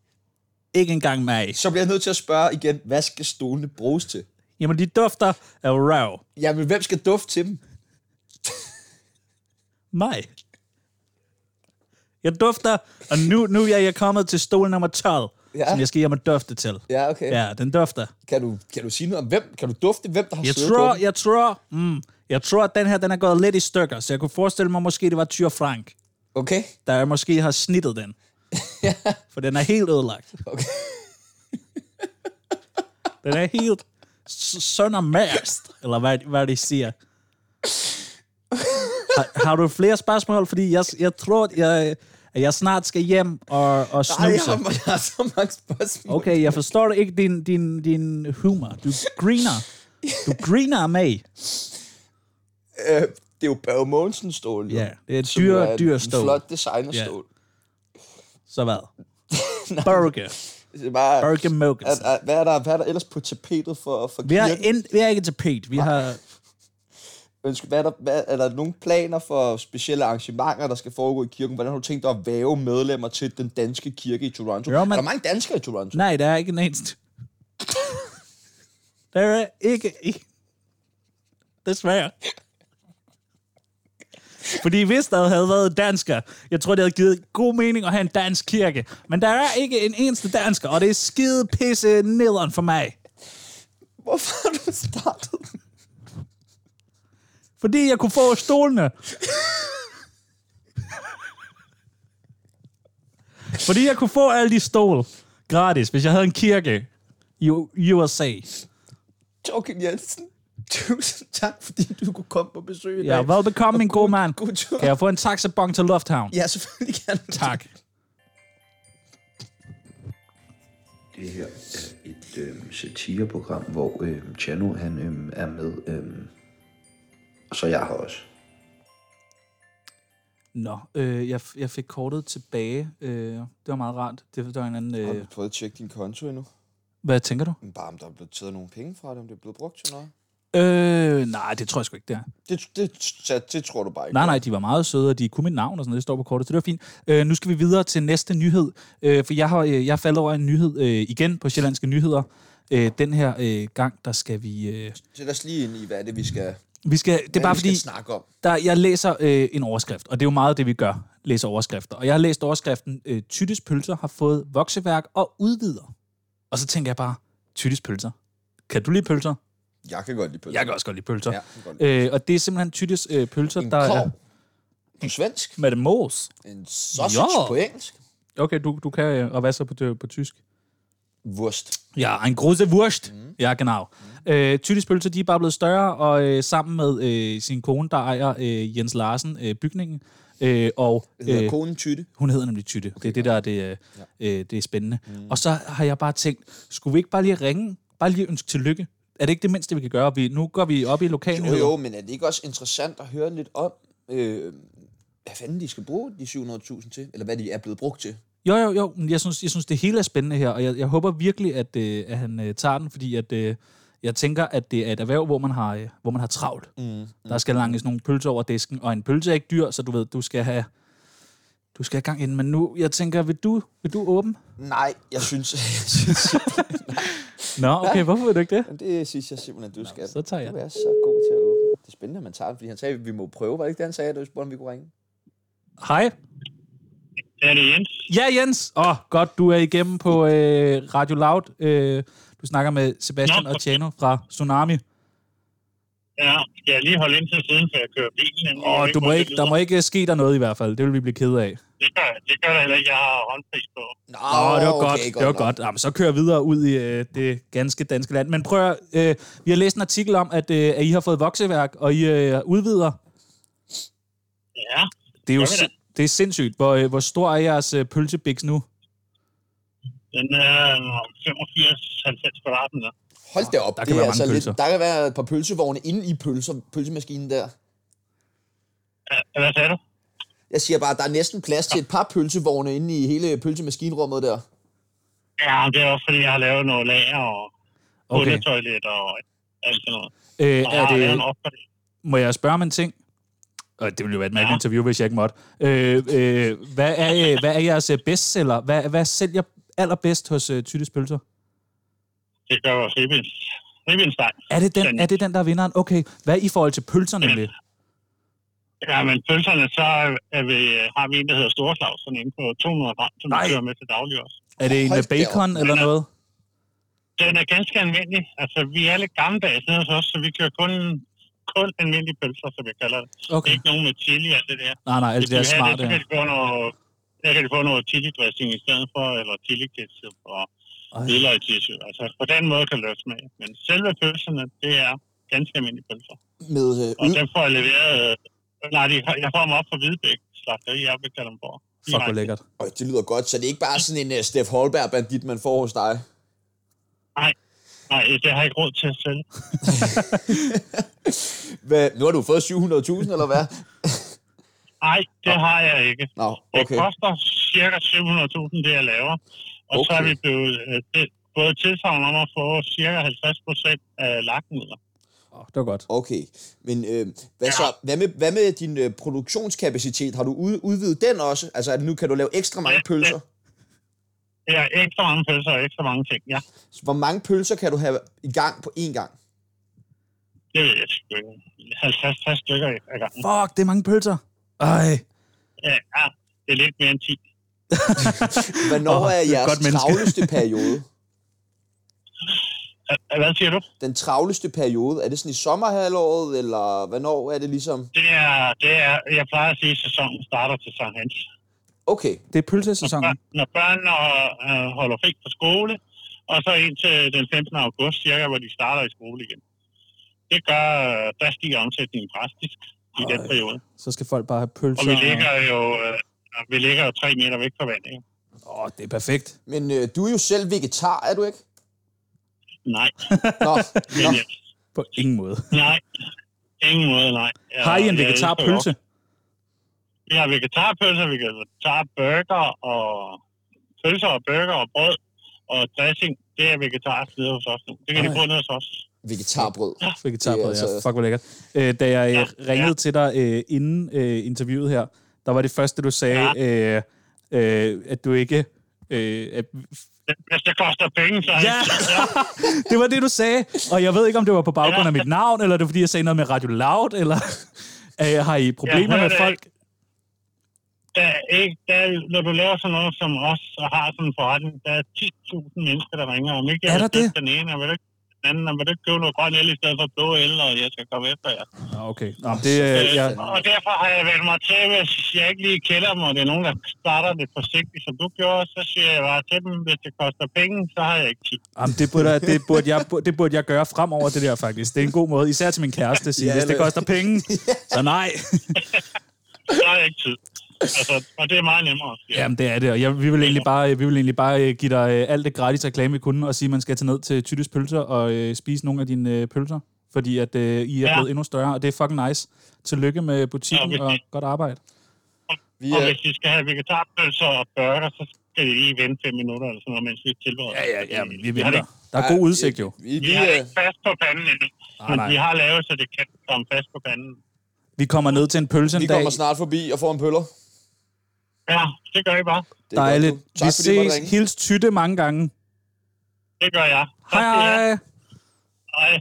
Ikke engang mig. Så bliver jeg nødt til at spørge igen, hvad skal stolene bruges til? Jamen, de dufter af røv. Jamen, hvem skal dufte til dem? Mig. Jeg dufter, og nu, nu er jeg kommet til stol nummer tolv, ja. Som jeg skal hjem og dufte til. Ja, okay. Ja, den dufter. Kan du, kan du sige noget om, hvem? Kan du dufte, hvem der har jeg siddet tror, på den? Jeg tror, mm, jeg tror, at den her, den er gået lidt i stykker, så jeg kunne forestille mig, måske det var Tyr Frank. Okay. Der måske har snittet den. Ja. For den er helt ødelagt. Okay. Den er helt søndermærst, eller hvad, hvad de siger. Har, har du flere spørgsmål? Fordi jeg, jeg tror, at jeg, at jeg snart skal hjem og, og snuse. Nej, jeg har, jeg har så mange spørgsmål. Okay, jeg forstår ikke din, din, din humor. Du griner. Du griner af mig. Uh, det er jo Børge Mogensens stol. Ja, det er et dyr, dyr stol. En flot designerstol. Ja. Så hvad? Burger. Bare, Burger Mogens. Hvad er, der, hvad er der ellers på tapetet for, for vi har ind, vi har ikke tapet. Vi har... Ønsker, hvad er, der, hvad, er der nogle planer for specielle arrangementer, der skal foregå i kirken? Hvordan har du tænkt dig at væve medlemmer til den danske kirke i Toronto? Jo, men... Er der mange danskere i Toronto? Nej, der er ikke en eneste. Der er ikke... Desværre. Fordi hvis der havde været dansker, jeg tror, det havde givet god mening at have en dansk kirke. Men der er ikke en eneste dansker, og det er skide pisse nederen for mig. Hvorfor har du startet? Fordi jeg kunne få stolene. Fordi jeg kunne få alle de stole gratis, hvis jeg havde en kirke i U S A. Torkild Jensen, tusind tak, fordi du kunne komme på besøg i Ja, dag. velbekomme, min gode mand. God tur. Kan jeg få en taxabon til Lufthavn? Ja, selvfølgelig kan du. Tak. Det her er et øhm, satireprogram, hvor øhm, Chano han øhm, er med, øhm, og så jeg har også. Nå, øh, jeg, jeg fik kortet tilbage. Øh, det var meget rart. Det, det var en anden... Har Øh, du prøvet at tjekke din konto endnu? hvad tænker du? Bare om der er blevet taget nogle penge fra det, om det er blevet brugt til noget? Øh, nej, det tror jeg sgu ikke, det er. Det, det, det, det tror du bare ikke. Nej, nej, de var meget søde, og de kunne mit navn og sådan noget, det står på kortet, så det var fint. Øh, nu skal vi videre til næste nyhed, øh, for jeg har øh, jeg faldet over en nyhed øh, igen på Sjællandske Nyheder. Øh, den her øh, gang, der skal vi... Øh, Sæt os lige ind i, hvad er det, vi skal, vi skal det er bare vi fordi, skal snakke om. der, jeg læser øh, en overskrift, og det er jo meget det, vi gør, læser overskrifter. Og jeg har læst overskriften, øh, Tyttes Pølser har fået vokseværk og udvider. Og så tænker jeg bare, Tyttes Pølser. Kan du lide pølser? Jeg kan godt lide pølser. Jeg kan også godt lide pølser. Ja, jeg kan godt lide Øh, og det er simpelthen Tyttes øh, pølser, En der korv. er... På svensk. Med det mos. En sausage Ja. på engelsk. Okay, du, du kan, øh, og hvad så på, på tysk? Wurst. Ja, en große Wurst. Mm. Ja, genau. Mm. Øh, Tyttes Pølser, de er bare blevet større, og øh, sammen med øh, sin kone, der ejer øh, Jens Larsen øh, bygningen. Øh, og, Hedder øh, konen Tytte? Hun hedder nemlig Tytte. Okay, det er det, der er det, øh, ja. øh, det er spændende. Mm. Og så har jeg bare tænkt, skulle vi ikke bare lige ringe, bare lige ønske tillykke? Er det ikke det mindste, vi kan gøre? Vi, nu går vi op i lokalnyheder. Jo, jo, men er det ikke også interessant at høre lidt om, øh, hvad fanden de skal bruge de syv hundrede tusind til? Eller hvad de er blevet brugt til? Jo, jo, jo. Jeg synes, jeg synes det hele er spændende her, og jeg, jeg håber virkelig, at, øh, at han øh, tager den, fordi at, øh, jeg tænker, at det er et erhverv, hvor man har, øh, hvor man har travlt. Mm, mm. Der skal langes nogle pølser over disken, og en pølse er ikke dyr, så du ved, du skal have, du skal have gang ind. Men nu, jeg tænker, vil du, vil du åbne? Nej, jeg synes... jeg synes Nå, okay, hvorfor vil du ikke det? Jamen, det synes jeg simpelthen, du skal. Så tager jeg Du er så god til at åbne. Det er spændende, at man tager den, fordi han sagde, at vi må prøve. Var det ikke det, han sagde, at du spurgte, om vi kunne ringe? Hej. Er det Jens? Ja, Jens. Åh, oh, godt, du er igennem på øh, Radio Loud. Øh, du snakker med Sebastian Nå. og Tjano fra Tsunami. Ja, skal jeg lige holde ind til siden, for jeg kører bilen? Åh, oh, du må ikke, der må ikke ske der noget i hvert fald. Det vil vi blive ked af. Det gør, det gør der heller ikke. Jeg har håndfri på. Nå, Åh, oh, det var okay, godt. Det var godt. Jamen, så kører vi videre ud i øh, det ganske danske land. Men prøv at, øh, vi har læst en artikel om, at, øh, at I har fået vokseværk, og I øh, udvider. Ja. Det er jo Gør vi si- det er sindssygt. Hvor, øh, hvor stor er jeres øh, pølsebiks nu? Den er femogfirs til halvfems kvadratmeter. Hold da op. Der Det kan er være altså mange lidt, pølser. der kan være et par pølsevogne inde i pølser, pølsemaskinen der. Ja, hvad sagde du? Jeg siger bare, at der er næsten plads til et par pølsevogne inde i hele pølsemaskinrummet der. Ja, det er også, fordi jeg har lavet noget lager og Okay. hundetoilet og alt sådan noget. Øh, Og jeg er har lavet en det, opgradering. må jeg spørge om en ting? Og det ville jo være et mærkeligt interview, hvis jeg ikke måtte. Øh, øh, hvad, er, øh, hvad er jeres øh, bestseller? Hvad, hvad sælger allerbedst hos øh, Tyttes Pølser? Det gør vores ribbens. Ribbenssteg. Er det, den, er det den, der er vinderen? Okay. Hvad er i forhold til pølserne med? Ja, men pølserne, så er vi, har vi en, der hedder Store Claus, sådan inde på to hundrede gram, som Nej. vi kører med til daglig også. Er det en Hold med bacon da op. eller noget? Den er ganske almindelig. Altså, vi er lidt gammeldags nede hos os, så vi kører kun, kun almindelige pølser, som jeg kalder det. Okay. Ikke nogen med chili og alt det der. Nej, nej, alt Hvis det der de vil have smarte. det, så kan de få noget, jeg kan de få noget chili-dressing i stedet for, eller chili-ketchup og Ej. eller i tissue. Altså, på den måde kan det løbe smag. Men selve pølserne, det er ganske almindelige pølser. Med øh, Og ud... dem får jeg leveret... Øh, nej, de, jeg får dem op fra Hvidebæk slagteri, jeg vil kalde dem for. Fuck, hvor lækkert. Øj, det lyder godt, så det er ikke bare sådan en uh, Steff Holberg-bandit, man får hos dig. Nej, nej, det har jeg ikke råd til at sælge. Hvad, nu har du fået syv hundrede tusind, eller hvad? Nej, det har jeg ikke. Nå, Det okay. koster cirka syv hundrede tusind, det jeg laver. Og okay. så er Okay. vi blevet øh, til, både tilsagn om at få cirka halvtreds procent af lagmidler. Oh, det var godt. Okay, men øh, hvad, Ja. så, hvad, med, hvad med din øh, produktionskapacitet? Har du ud, udvidet den også? Altså, er det nu kan du lave ekstra mange Ja, pølser? Det er ekstra mange pølser og ekstra mange ting, ja. Hvor mange pølser kan du have i gang på én gang? Det ved jeg sgu ikke. halvtreds til tres stykker ad gangen. Fuck, det er mange pølser. Ej. Ja, ja, det er lidt mere end ti. Hvornår Åh, oh, er det er et jeres godt menneske. travleste periode? Hva- Hvad siger du? Den travleste periode, er det sådan i sommerhalvåret, eller hvornår er det ligesom? Det er, det er, jeg plejer at sige, at sæsonen starter til Sankt Hans. Okay. Det er pølsesæsonen. Når børnene øh, holder fri på skole, og så indtil den femtende august cirka, hvor de starter i skole igen. Det gør, der stiger omsætningen drastisk i den periode. Så skal folk bare have pølser. Og vi ligger jo, øh, vi ligger jo tre meter væk fra vand, ikke? Åh, oh, det er perfekt. Men øh, du er jo selv vegetar, er du ikke? Nej. Nå, nå. På ingen måde. Nej, ingen måde, nej. Jeg, har I en vegetarpølse? Vi har vegetarpølser, vi har vegetarburger og pølser og burger og brød og dressing. Det er vegetarsider hos os. Det kan Ej. de få ned hos os. Vegetarbrød. Ja. Vegetarbrød, altså... ja. Fuck, hvor lækkert. Øh, da jeg ja. ringede ja. til dig øh, inden øh, interviewet her, der var det første, du sagde, ja. øh, øh, at du ikke... Øh, at... Hvis det koster penge, så... Ja, det var det, du sagde. Og jeg ved ikke, om det var på baggrund af mit navn, eller det var, fordi jeg sagde noget med Radio Loud, eller øh, har I problemer med folk? Der er ikke, der er, når du laver sådan noget som os, og har sådan en forretning, der er ti tusind mennesker, der ringer. Om ikke jeg er der det? Den ene, jeg vil ikke den anden, jeg vil ikke købe noget grøn el i stedet for blå el, og jeg skal komme efter jer. Ah, okay. Nå, det, øh, jeg... Og derfor har jeg vendt mig til, hvis jeg ikke lige kælder dem, og det er nogen, der starter det forsigtigt, som du gjorde, så siger jeg bare til dem, hvis det koster penge, så har jeg ikke tid. Jamen, det burde, det, burde jeg, det burde jeg gøre fremover, det der faktisk. Det er en god måde, især til min kæreste at sige, ja, hvis det koster penge, så nej. Så har jeg ikke tid. Altså, og det er meget nemmere. Ja. Jamen, det er det, og jeg, vi vil egentlig bare, vi vil egentlig bare give dig alt det gratis reklame, vi kunne, og sige, at man skal tage ned til Tyttes Pølser og øh, spise nogle af dine øh, pølser, fordi at øh, I er ja. blevet endnu større, og det er fucking nice. Tillykke med butikken, ja, og de, godt arbejde. Vi, og hvis I skal have vegetarpølser og burger, så skal I lige vente fem minutter, eller sådan noget, mens vi tilbereder. Ja, ja, ja, vi venter. Der er god udsigt, jo. Vi, vi har ikke fast på panden endnu, ah, men vi har lavet, så det kan komme fast på panden. Vi kommer ned til en pølse en vi dag. Vi kommer snart forbi og får en pøller. Ja, det gør I bare. Dejligt. Vi ses. Hils Tytte mange gange. Det gør jeg. Hej, hej. Hej.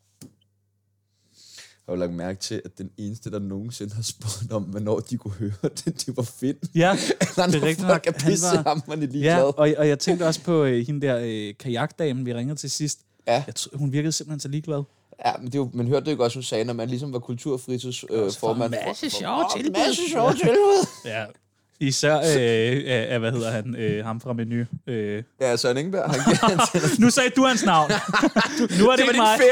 Jeg har lagt mærke til, at den eneste, der nogensinde har spurgt om, hvornår de kunne høre det, det var Finn. Ja, det er rigtigt nok. Han var ligeglad. Ja, og, og jeg tænkte også på uh, hende der uh, kajakdamen, vi ringede til sidst. Ja. Jeg t- hun virkede simpelthen så ligeglad. Ja, men det jo, man hørte det jo også, hun sagde, når man ligesom var kulturfritidsformand. Øh, masse sjove tilbud. Masse sjove tilbud. Ja. Især øh, af, hvad hedder han, øh, ham fra Menu. Øh. Ja, Søren Ingeberg. Han nu sagde du hans navn. nu er det, det ikke mig.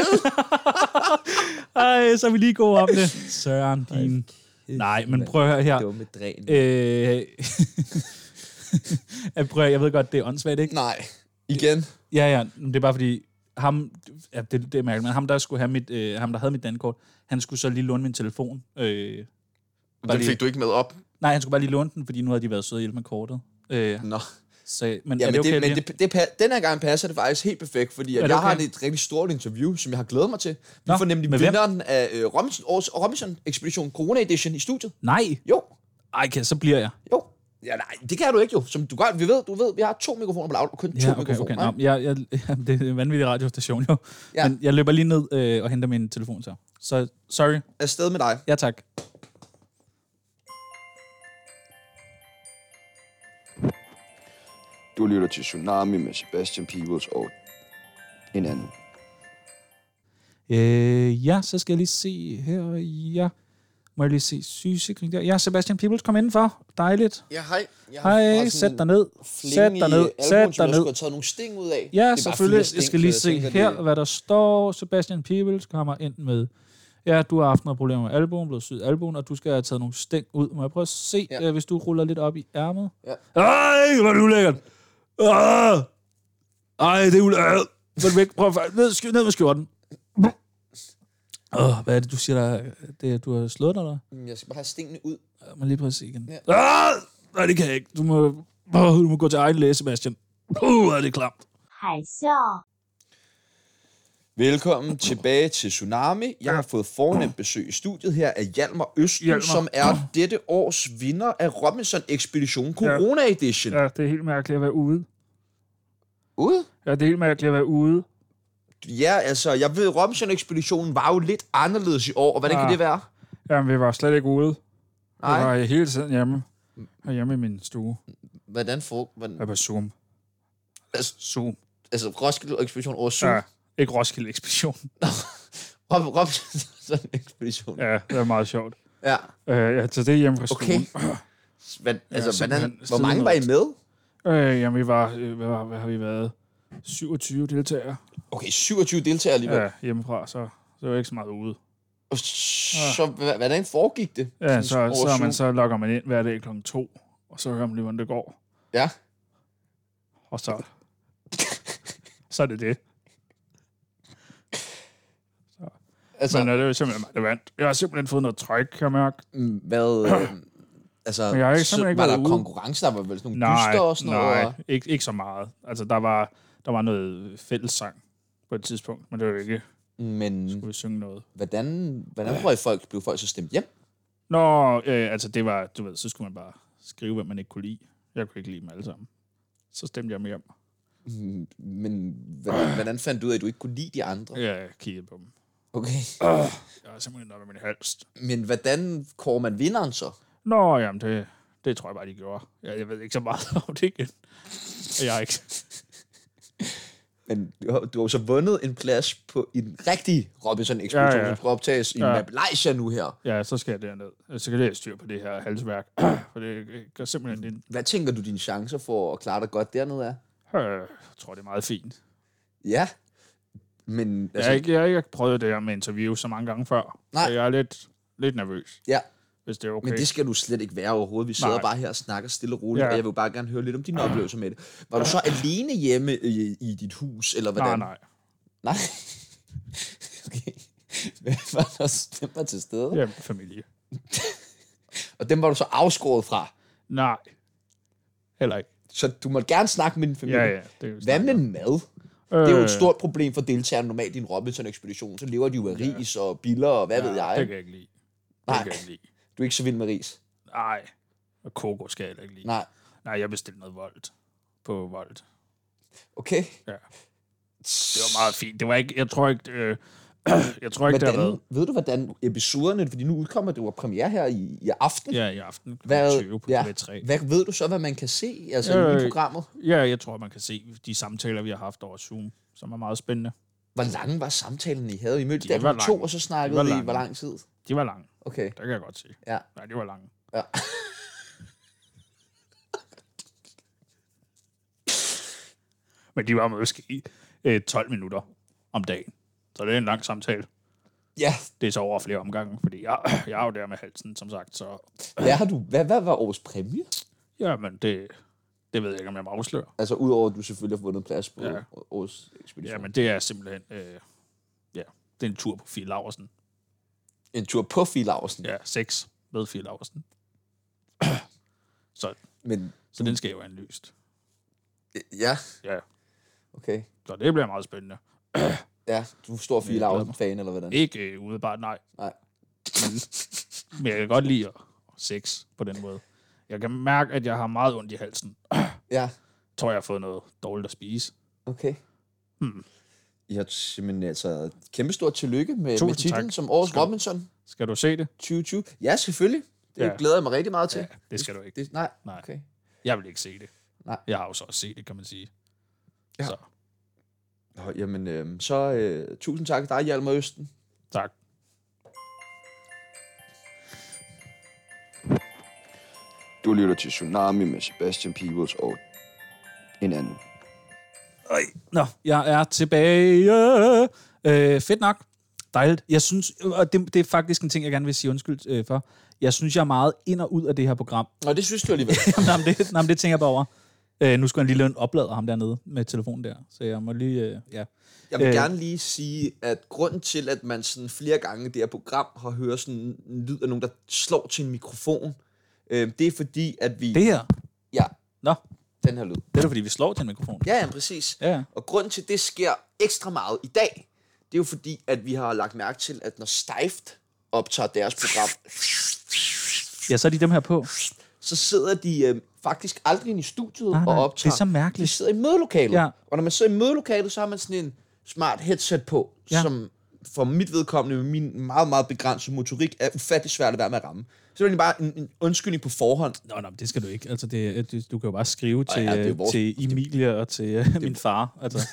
Ej, så er vi lige gode om det. Søren, din... Nej, men prøv at høre her. Dumme dræn. Øh... prøv at, jeg ved godt, det er åndssvagt, ikke? Nej. Igen? Ja, ja. Det er bare fordi, ham... Ja, det, det er mærkeligt, men ham, der skulle have mit, øh, ham, der havde mit dankort, han skulle så lige låne min telefon. Øh, den fik du ikke med op? Nej, han skulle bare lige låne den, fordi nu havde de været søde og hjælpe med kortet. Øh, Nå. Så, men ja, er det okay, det, men det, det, det, den her gang passer det faktisk helt perfekt, fordi at jeg okay? har et rigtig stort interview, som jeg har glædet mig til. Vi Nå, får nemlig vinderen af uh, Robinson, års Robinson-ekspedition Corona Edition i studiet. Nej. Jo. Ej, okay, så bliver jeg. Jo. Ja, nej, det kan du ikke jo. Som du godt, vi ved, du ved, vi har to mikrofoner på laut, og kun to ja, okay, mikrofoner. Okay. Nå, jeg, jeg, det er en vanvittig radiostation jo. Ja. Men jeg løber lige ned øh, og henter min telefon så. Så sorry. Afsted med dig. Ja, tak. Du lytter til Tsunami med Sebastian Peebles og en anden. Øh, ja, så skal jeg lige se her. Ja, må jeg lige se sygesikring der. Ja, Sebastian Peebles, kom indenfor. Dejligt. Ja, hej. Hej, sæt dig ned. Sæt dig ned. Sæt dig ned. Jeg skulle have taget nogle sting ud af. Ja, selvfølgelig. Jeg skal lige se her, hvad der står. Sebastian Peebles kommer ind med... Ja, du har haft noget problemer med albuen, blevet syet albuen, og du skal have taget nogle sting ud. Må jeg prøve at se, ja. hvis du ruller lidt op i ærmet? Ja. Ej, hvor er det ulækkert. Ah! Ej, det er ulækkert. Få væk. Prøv at ned, ned med skjorten. Åh, hvad er det, du siger der? Det er, du har slået dig, eller? Jeg skal bare have stingene ud. Jeg må lige prøve at se igen. Ja. Ah! Nej, det kan jeg ikke. Du må, oh, du må gå til egen læge, Sebastian. Uh, er det klamt. Hej så. Velkommen tilbage til Tsunami. Jeg har fået fornemt besøg i studiet her af Hjalmar Østen, Hjalmar. som er dette års vinder af Robinson-ekspedition Corona Edition. Ja, det er helt mærkeligt at være ude. Ude? Ja, det er helt mærkeligt at være ude. Ja, altså, jeg ved, Robinson-ekspeditionen var jo lidt anderledes i år, og hvordan ja. kan det være? Jamen, vi var slet ikke ude. Nej. Jeg var hele tiden hjemme. Jeg var hjemme i min stue. Hvordan får... Hvordan... Jeg var Zoom. Altså, Zoom. Altså, Roskilde-ekspedition over Zoom? Ja, ikke Roskilde-ekspedition. Robinson-ekspedition. Ja, det var meget sjovt. Ja. Øh, ja, så det er hjemme fra stuen. Okay. Hvad, altså, Ja, hvordan, simpelthen hvor mange var I med? Øh, jamen, vi var, øh, hvad, var, hvad har vi været? syvogtyve deltagere. Okay, syvogtyve deltagere alligevel. Ja, hjemmefra, så, så var jeg ikke så meget ude. Og så, ja. Hvordan foregik det? Ja, så, Sådan så, over så, man, Zoom? så logger man ind hver dag klokken to, og så hører man lige, hvordan det går. Ja. Og så, så er det det. Så. Altså- Men øh, det er jo simpelthen mig, der vandt. Jeg har simpelthen fået noget træk, kan jeg mærke. Mm, Hvad... Øh, altså, Men jeg har ikke, så, simpelthen ikke var været der ude. konkurrence? Der var vel sådan nogle Nej, dyster og sådan noget? nej, og- ikke, ikke så meget. Altså, der var, der var noget fællessang på et tidspunkt, men det var jo ikke... Men skulle vi synge noget. Hvordan, hvordan blev folk, blev folk så stemt hjem? Nå, øh, altså det var, du ved, så skulle man bare skrive, hvad man ikke kunne lide. Jeg kunne ikke lide dem alle sammen. Så stemte jeg dem hjem. Mm, Men hvordan, hvordan fandt du ud af, at du ikke kunne lide de andre? Ja, jeg kiggede på dem. Okay. Øh, jeg har simpelthen noget med min hals. Men hvordan kårer man vinderen så? Nå, jamen det, det tror jeg bare, de gjorde. Jeg, jeg ved ikke så meget om det igen. Jeg er ikke... Men du har, du har jo så vundet en plads på en rigtig Robinson-ekspedition, Ja, ja. som skal optages i Ja. Malaysia nu her. Ja, så skal jeg derned. Så kan jeg styr på det her halsværk. For det gør simpelthen... Det, Hvad tænker du, dine chancer for at klare dig godt dernede er? øh, jeg tror, det er meget fint. Ja. Men Altså, jeg, har ikke, jeg har ikke prøvet det her med interview så mange gange før. Nej. Så jeg er lidt, lidt nervøs. Ja. Hvis det er okay. Men det skal du slet ikke være overhovedet. Vi sidder Nej. bare her og snakker stille og roligt, Ja. og jeg vil bare gerne høre lidt om dine oplevelser med det. Var du så alene hjemme i, i dit hus, eller hvordan? Nej, nej. Nej? Okay. Hvem var, der, hvem var til stede? Ja, familie. Og dem var du så afskåret fra? Nej. Heller ikke. Så du må gerne snakke med din familie? Ja, ja, det kan vi Hvad snakke med om. mad? Det er jo Øh. et stort problem for deltagerne normalt i en Robinson-ekspedition. Så lever de jo af ris og biller og hvad Ja, ved jeg. det kan jeg ikke lide. Det Nej. kan jeg ikke lide. Du er ikke så vild med ris? Nej. Og koko skal jeg heller ikke lide. Nej. Nej, jeg bestilte noget Volt. På Volt. Okay. Ja. Det var meget fint. Det var ikke, jeg tror ikke, øh, jeg tror ikke, det har Hvordan, været. ved du, hvordan episoderne, fordi nu udkommer det jo premiere her i, i aften. Ja, i aften. Hvad, tyve på ja, T V tre. hvad ved du så, hvad man kan se altså, Øh, i programmet? Ja, jeg tror, man kan se de samtaler, vi har haft over Zoom, som er meget spændende. Hvor lange var samtalen, I havde? I mødte De der var klokken to, lange. og så De snakkede var I lange. hvor lang tid? De var lange. Okay. Det kan jeg godt se. Ja. Nej, de var lange. Ja. Men de var måske øh, tolv minutter om dagen. Så det er en lang samtale. Ja. Det er så over flere omgange, fordi jeg, jeg er jo der med halsen, som sagt. Så Hvad, har du, hvad, hvad var årets præmie? ja, men det, det ved jeg ikke, om jeg må afsløre. Altså, udover at du selvfølgelig har vundet plads på Ja. ja. årets ekspedition. Ja, men det er simpelthen... Øh, ja, det er en tur på Fie Laursen. En tur på Fie Laursen? Ja, seks med Fie Laursen. så, men, så den skal jo anlyst. Ja. Ja. Okay. Så det bliver meget spændende. Ja, du er stor Fie Laursen-fan, eller hvordan? Ikke øh, udebart, nej. Nej. Men, men jeg kan godt lide at sex på den måde. Jeg kan mærke, at jeg har meget ondt i halsen. Ja. Jeg tror, jeg har fået noget dårligt at spise. Okay. Hmm. I har simpelthen altså kæmpestort tillykke med, Tusind med titlen tak. som årets Skal- Robinson Skal du se det? tyve tyve. Ja, selvfølgelig. Det Ja. glæder jeg mig rigtig meget til. Ja, det skal du ikke. Det, nej. Nej. Okay. Jeg vil ikke se det. Nej. Jeg har jo så også set det, kan man sige. Ja. Så. Nå, jamen, øh, så øh, tusind tak til dig, Hjalmar Østen. Tak. Du lytter til Tsunami med Sebastian Peebles og en anden. Øj. Nå, jeg er tilbage. Øh, fedt nok. Dejligt. Jeg synes, og det, det er faktisk en ting, jeg gerne vil sige undskyld øh, for. Jeg synes, jeg er meget ind og ud af det her program. Nå, det synes du alligevel. Jamen, det, jamen, det tænker jeg bare over. Øh, nu skulle han lige lave en oplader ham dernede med telefonen der. Så jeg må lige, øh, ja. Jeg vil Øh, gerne lige sige, at grunden til, at man sådan flere gange i det her program har hørt sådan en lyd af nogen, der slår til en mikrofon, øh, det er fordi, at vi... Det her? Ja. Nå. Den her lyd. Det er da, fordi vi slår til en mikrofon. Ja, ja, præcis. Ja. Og grunden til, at det sker ekstra meget i dag, det er jo fordi, at vi har lagt mærke til, at når Steift optager deres program, Ja, så er de dem her på. så sidder de øh, faktisk aldrig inde i studiet Nej, nej, og optager. det er så mærkeligt. De sidder i mødelokalet. Ja. Og når man sidder i mødelokalet, så har man sådan en smart headset på, Ja. ja. som for mit vedkommende med min meget, meget begrænsede motorik er ufattelig svært at være med at ramme. Så er det bare en, en undskyldning på forhånd. Nå, nå, det skal du ikke. Altså, det, du, du kan jo bare skrive til, ja, det er jo øh, vores- til Emilie og til øh, min far. Altså.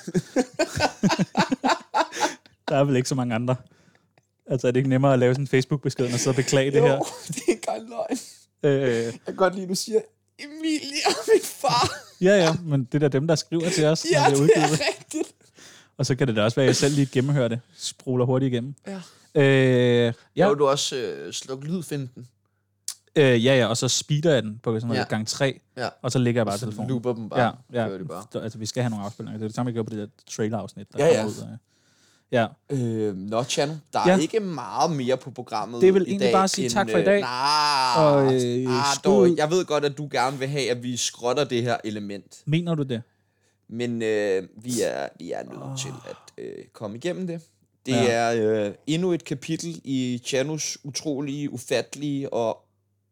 Der er vel ikke så mange andre. Altså, er det ikke nemmere at lave sådan en Facebook-besked, og så beklage det Jo, her? det er ikke engang løgn. Øh, Jeg kan godt lide, du siger, Emilie og min far. ja, ja, men det er da dem, der skriver til os, Ja, når det er det er udgivet. rigtigt. Og så kan det da også være, at jeg selv lige gennemhører det. Spruler hurtigt igennem. Ja. Øh, Ja. ja. Vil du også øh, slukke lydfinden? Øh, ja, ja, og så speeder jeg den på sådan noget Ja. gang tre, Ja. og så lægger jeg bare Og så telefonen. looper dem bare. Ja, ja. Kører de bare. Så, altså, vi skal have nogle afspilninger. Det er det samme, vi gør på det der trailer-afsnit, der Ja, ja. kommer ud. Ja. Øh, nå, Chano, der er Ja. ikke meget mere på programmet Det er vel i egentlig dag bare at sige end, tak for i øh, dag. Nej, Og, øh, ah, skud dog, ud. jeg ved godt, at du gerne vil have, at vi skrotter det her element. Mener du det? Men øh, vi, er, vi er nødt oh. til at øh, komme igennem det. Det Ja. er øh, endnu et kapitel i Chanos utrolige, ufattelige og,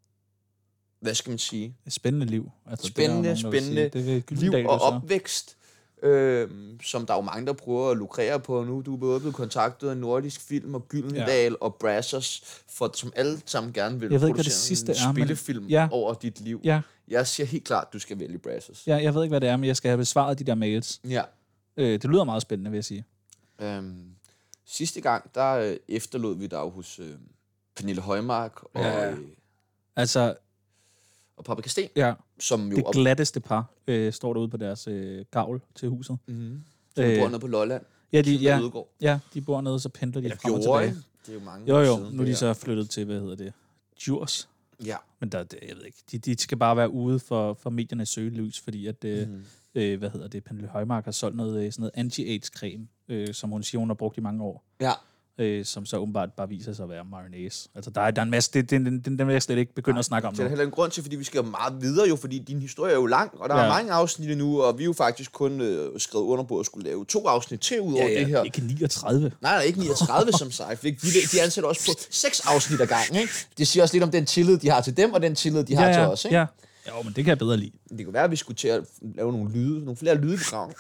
hvad skal man sige? Spændende liv. Altså, Spændende, det er der jo nogen, der vil spændende sige. Det er liv Gyldendal, og jo så. opvækst, øh, som der er jo mange, der prøver at lukrere på nu. Du er både blevet kontaktet af Nordisk Film og Gyldendal ja. og Brazzers, for, som alle sammen gerne vil Jeg ved ikke, hvad det producere sidste en er, men- spillefilm Ja. over dit liv. Ja. Jeg siger helt klart, at du skal vælge Brazzers. Ja, jeg ved ikke, hvad det er, men jeg skal have besvaret de der mails. Ja. Øh, det lyder meget spændende, vil jeg sige. Øhm, sidste gang, der øh, efterlod vi dig jo hos øh, Pernille Højmark og, Ja. øh, Altså, og Paprika Sten, ja, som jo det op, glatteste par øh, står derude på deres øh, gavl til huset. mm-hmm, som øh, bor nede på Lolland. Ja, de, ja, Udegaard. ja, de bor nede, så pendler de Eller frem og gjorde, tilbage. ikke? Det er jo mange Jo, år jo, siden, nu er de det så her. flyttet til, hvad hedder det, Djurs. Ja. Men der, det, jeg ved ikke, de, de skal bare være ude for, for mediernes søgelys, fordi at, øh, Mhm. øh, hvad hedder det, Pernille Højmark har solgt noget, øh, sådan noget anti-AIDS-creme, øh, som hun siger, hun har brugt i mange år. Ja. Øh, som så åbenbart bare viser sig at være mayonnaise. Altså, der er, der er en masse, det, det, den, den vil jeg slet ikke begynde Nej, at snakke om det er nu. der heller en grund til, fordi vi skal jo meget videre jo, fordi din historie er jo lang, og der ja. Ja. er mange afsnit nu, og vi er jo faktisk kun øh, skrevet under på at skulle lave to afsnit til ud over Ja, ja, det her. ikke niogtredive. Nej, nej, ikke niogtredive som sagt. De, de ansætter også på seks afsnit ad gangen, ikke? Det siger også lidt om den tillid, de har til dem, og den tillid, de har ja, til ja, os, ikke? Ja. Jo, men det kan jeg bedre lide. Det kunne være, at vi skulle til at lave nogle lyde, nogle flere lydeprogram.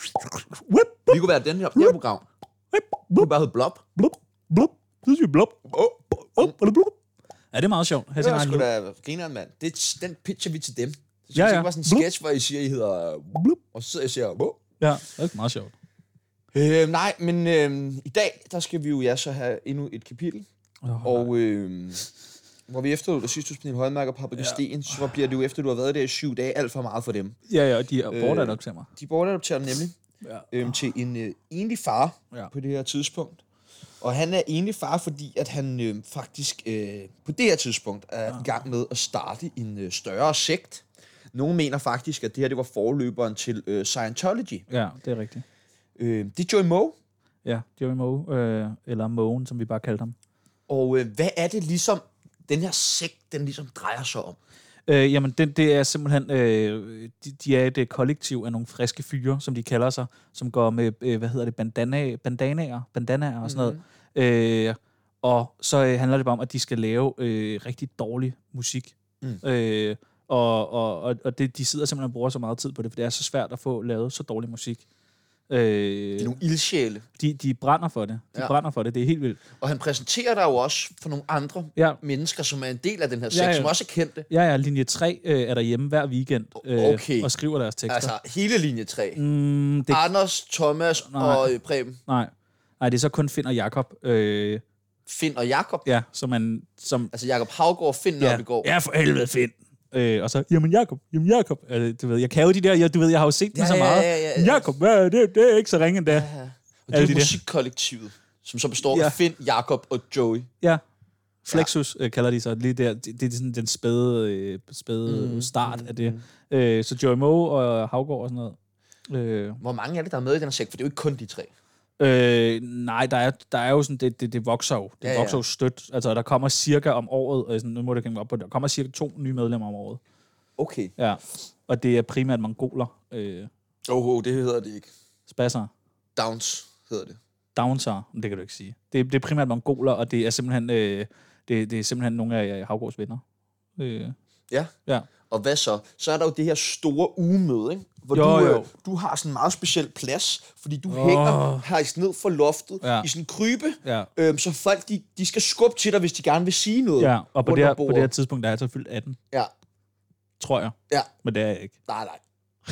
Vi kunne være den her, det her program. Det kunne bare hedde Blob. Blub, blub, så siger vi blub. Oh. Oh, blub, blub. Ja, det er meget sjovt. Det Her er til sgu da grineren, mand. Det, den pitcher vi til dem. Så Ja, ja, ja. ja. bare sådan en Blub. sketch, hvor I siger, I hedder Blub, og så sidder jeg og siger Blub. Ja, det er meget sjovt. Øh, nej, men øh, i dag, der skal vi jo ja, så have endnu et kapitel. Oh, Og øh, hvor vi efterlod det sidste hos Pernille Højmark og Paprika ja. Sten, så bliver det jo efter, du har været der i syv dage, alt for meget for dem. Ja, ja, de er bortadopterer. De bortadopterer nemlig Ja. øhm, til en øh, enlig far Ja. på det her tidspunkt. Og han er enlig far, fordi at han øh, faktisk øh, på det her tidspunkt er ja. i gang med at starte en øh, større sekt. Nogle mener faktisk, at det her det var forløberen til øh, Scientology. Ja, det er rigtigt. Øh, det er Joey Moe. Ja, Joey Moe, øh, eller Moen, som vi bare kaldte ham. Og øh, hvad er det ligesom, den her sekt, den ligesom drejer sig om? Øh, jamen, det, det er simpelthen, øh, de, de er et øh, kollektiv af nogle friske fyre, som de kalder sig, som går med, øh, hvad hedder det, bandana, bandanaer, bandanaer og sådan noget. Øh, og så øh, handler det bare om, at de skal lave øh, rigtig dårlig musik. Mm. Øh, og og, og, og det, de sidder simpelthen og bruger så meget tid på det, for det er så svært at få lavet så dårlig musik. Øh, Det er nogle ildsjæle. de, de brænder for det. De Ja. ja. brænder for det. Det er helt vildt. Og han præsenterer dig jo også for nogle andre Ja. mennesker, som er en del af den her sekt, Ja, ja, ja. som også er kendte. Ja, ja, linje tre øh, er derhjemme hver weekend øh, Okay. og skriver deres tekster. Altså hele linje tre. Mm, det, Anders, Thomas Nej. og øh, Preben. nej. nej, det er så kun Finn og Jakob. Øh, Finn og Jakob. ja, som man... Som, Altså Jakob Havgård, Finn ja, Nørbegaard. ja, for helvede, Finn. Øh, og så, jamen Jakob, jamen Jakob. Øh, du ved, jeg kan jo de der, jeg, du ved, jeg har jo set dem Ja, så ja, meget. ja, ja, ja. Jakob, hvad, det, det er ikke så ringe endda. Ja, ja. Og det er Alle jo de der. musikkollektivet, som så består Ja. af Finn, Jakob og Joey. Ja. Flexus øh, kalder de sig lige der. Det, det er sådan den spæde, øh, spæde Mm, start mm, af det. Øh, så Joey Moe og Havgård og sådan noget. Øh, Hvor mange er det, der er med i den her sekt? For det er jo ikke kun de tre. Øh, nej, der er, der er jo sådan, det, det, det vokser jo. Det Ja, ja. vokser jo stødt. Altså, der kommer cirka om året, øh, sådan, nu må det komme op på, der kommer cirka to nye medlemmer om året. Okay. Ja, og det er primært mongoler. Øh, Åh, oh, det hedder det ikke. spasser. Downs hedder det. Downser, det kan du ikke sige. Det, det er primært mongoler, og det er simpelthen, øh, det, det er simpelthen nogle af Havgårds venner. Øh, Ja. ja. Og hvad så? Så er der jo det her store ugemøde, ikke? Hvor Jo, du, jo. øh, du har sådan en meget speciel plads, fordi du Åh. hænger hejst ned fra loftet Ja. i sådan en krybe, Ja. øhm, så folk de, de skal skubbe til dig, hvis de gerne vil sige noget. Ja, og på rundt det, her, om på bordet. det her tidspunkt, der er jeg altså fyldt atten, Ja, tror jeg. ja. Men det er jeg ikke. Nej, nej.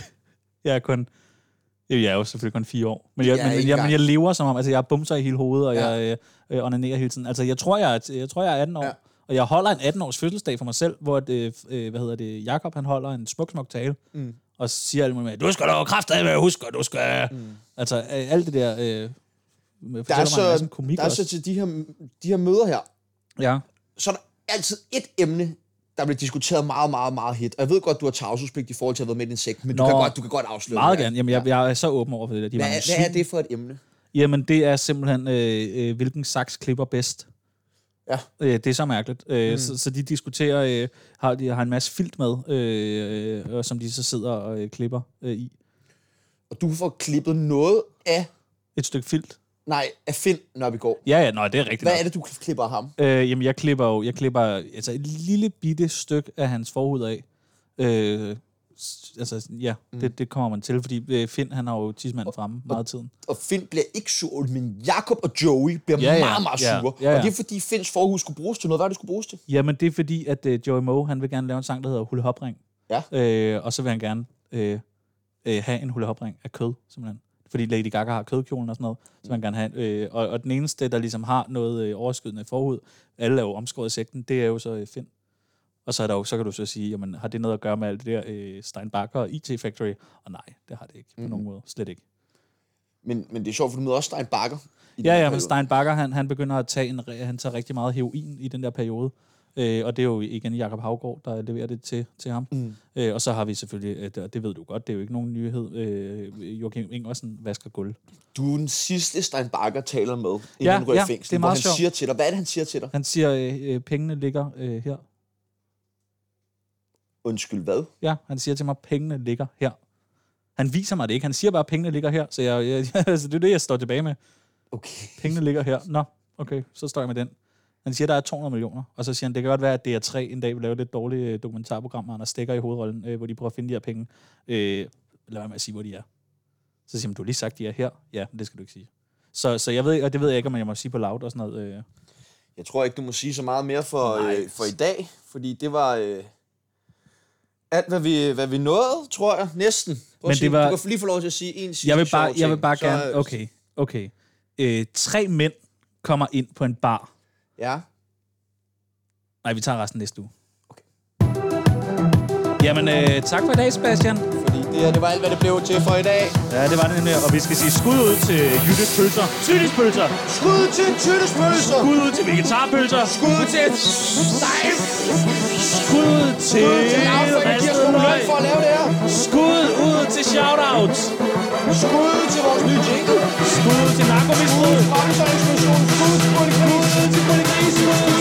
Jeg er kun... Jeg er jo selvfølgelig kun fire år. Men jeg, Ja, men, ikke men, jeg, men engang. jeg lever som om... Altså, jeg bumser i hele hovedet, og Ja. ja. jeg øh, øh, onanerer hele tiden. Altså, jeg tror, jeg er, jeg tror, jeg er atten år. Ja. Ja. Og jeg holder en atten-års fødselsdag for mig selv, hvor det, øh, hvad hedder det, Jakob, han holder en smuk, smuk tale, mm. og siger alt muligt med, du skal da kraftedeme huske, du skal... Mm. Altså, øh, alt det der... Øh, der er så, der er så til de her, de her møder her, ja. så er der altid et emne, der bliver diskuteret meget, meget, meget hit. Og jeg ved godt, du har tavshedspligt i forhold til at have været med i en sekt, men Nå, du, kan godt, du kan godt afsløre meget det. Meget gerne. Jamen, jeg, jeg er så åben over for det der. De hvad, hvad er det for et emne? Jamen, det er simpelthen, øh, øh, hvilken saks klipper bedst. Ja. Øh, det er så mærkeligt. Øh, mm. så, så de diskuterer, øh, har, de har en masse filt med, øh, øh, som de så sidder og øh, klipper øh, i. Og du får klippet noget af... Et stykke filt. Nej, af Finn Nørbegaard. Ja, ja, nej, det er rigtigt. Hvad nok. er det, du klipper af ham? Øh, jamen, jeg klipper jo, jeg klipper altså et lille bitte stykke af hans forhud af. Øh, altså, ja, mm. det, det kommer man til, fordi øh, Finn, han har jo tidsmanden fremme meget af tiden. Og Finn bliver ikke sur, men Jakob og Joey bliver ja, ja, meget, meget sure. Ja, ja, ja. Og det er, fordi Finns forhud skulle bruges til noget. Hvad er det, skulle bruges til? Jamen, det er fordi, at øh, Joey Moe, han vil gerne lave en sang, der hedder Hula Hop Ring. Ja. Øh, og så vil han gerne øh, øh, have en Hula Hop Ring af kød, simpelthen. Fordi Lady Gaga har kødkjolen og sådan noget, så man kan have. Øh, og, og den eneste, der ligesom har noget øh, overskydende forhud, alle er jo omskåret i sekten, det er jo så øh, Finn. Og så, er der jo, så kan du så sige, jamen, har det noget at gøre med alt det der øh, Steinbacher og I T Factory? Og nej, det har det ikke på mm. nogen måde. Slet ikke. Men, men det er sjovt, for du møder også Steinbacher. Ja, ja, men Steinbacher, han, han begynder at tage, en, han tager rigtig meget heroin i den der periode. Øh, og det er jo igen Jakob Haugaard, der leverer det til, til ham. Mm. Øh, og så har vi selvfølgelig, og det ved du godt, det er jo ikke nogen nyhed, øh, Joachim Ingersen vasker gulv. Du er den sidste Steinbacher taler med, inden ja, han rører ja, fængsel, det er hvor han sjovt. siger til dig. Hvad er det, han siger til dig? Han siger, øh, pengene ligger øh, her. Undskyld, hvad? Ja, han siger til mig, pengene ligger her. Han viser mig det ikke, han siger bare, pengene ligger her, så jeg, jeg, altså, det er det, jeg står tilbage med. Okay. Pengene ligger her. Nå, okay, så står jeg med den. Han siger, der er to hundrede millioner, og så siger han, det kan godt være, at D R tre en dag vil lave et dårligt dokumentarprogram, hvor han er stikker i hovedrollen, øh, hvor de prøver at finde de her penge. Øh, lad være med at sige, hvor de er. Så siger han, du har lige sagt, de er her. Ja, men det skal du ikke sige. Så, så jeg ved, og det ved jeg ikke, om jeg må sige på loud og sådan noget. Øh. Jeg tror ikke, du må sige så meget mere for, øh, for i dag, fordi det var øh, alt, hvad vi, hvad vi nåede, tror jeg, næsten. Prøv men sige, det var, du kan lige få lov til at sige en sidste jeg vil bare, ting. Jeg vil bare så, gerne, okay, okay. Øh, tre mænd kommer ind på en bar. Ja. Nej, vi tager resten næste uge. Okay. Jamen, øh, tak for i dag, Sebastian. Fordi det her, det var alt, hvad det blev til for i dag. Ja, det var det nemlig. Og vi skal sige skud ud til Jyttes pølser. Tyttes pølser. Skud til Tyttes pølser. Skud ud til vegetarpølser. Skud ud til Stein. Skud ud til Skud til Lauffer, der giver os nogle løn for at lave det her. Skud ud til shoutouts. Skud ud til vores nye jingle. Skud ud til narkomisbrug. Skud ud til Skud ud til Skud ud til Skud ud til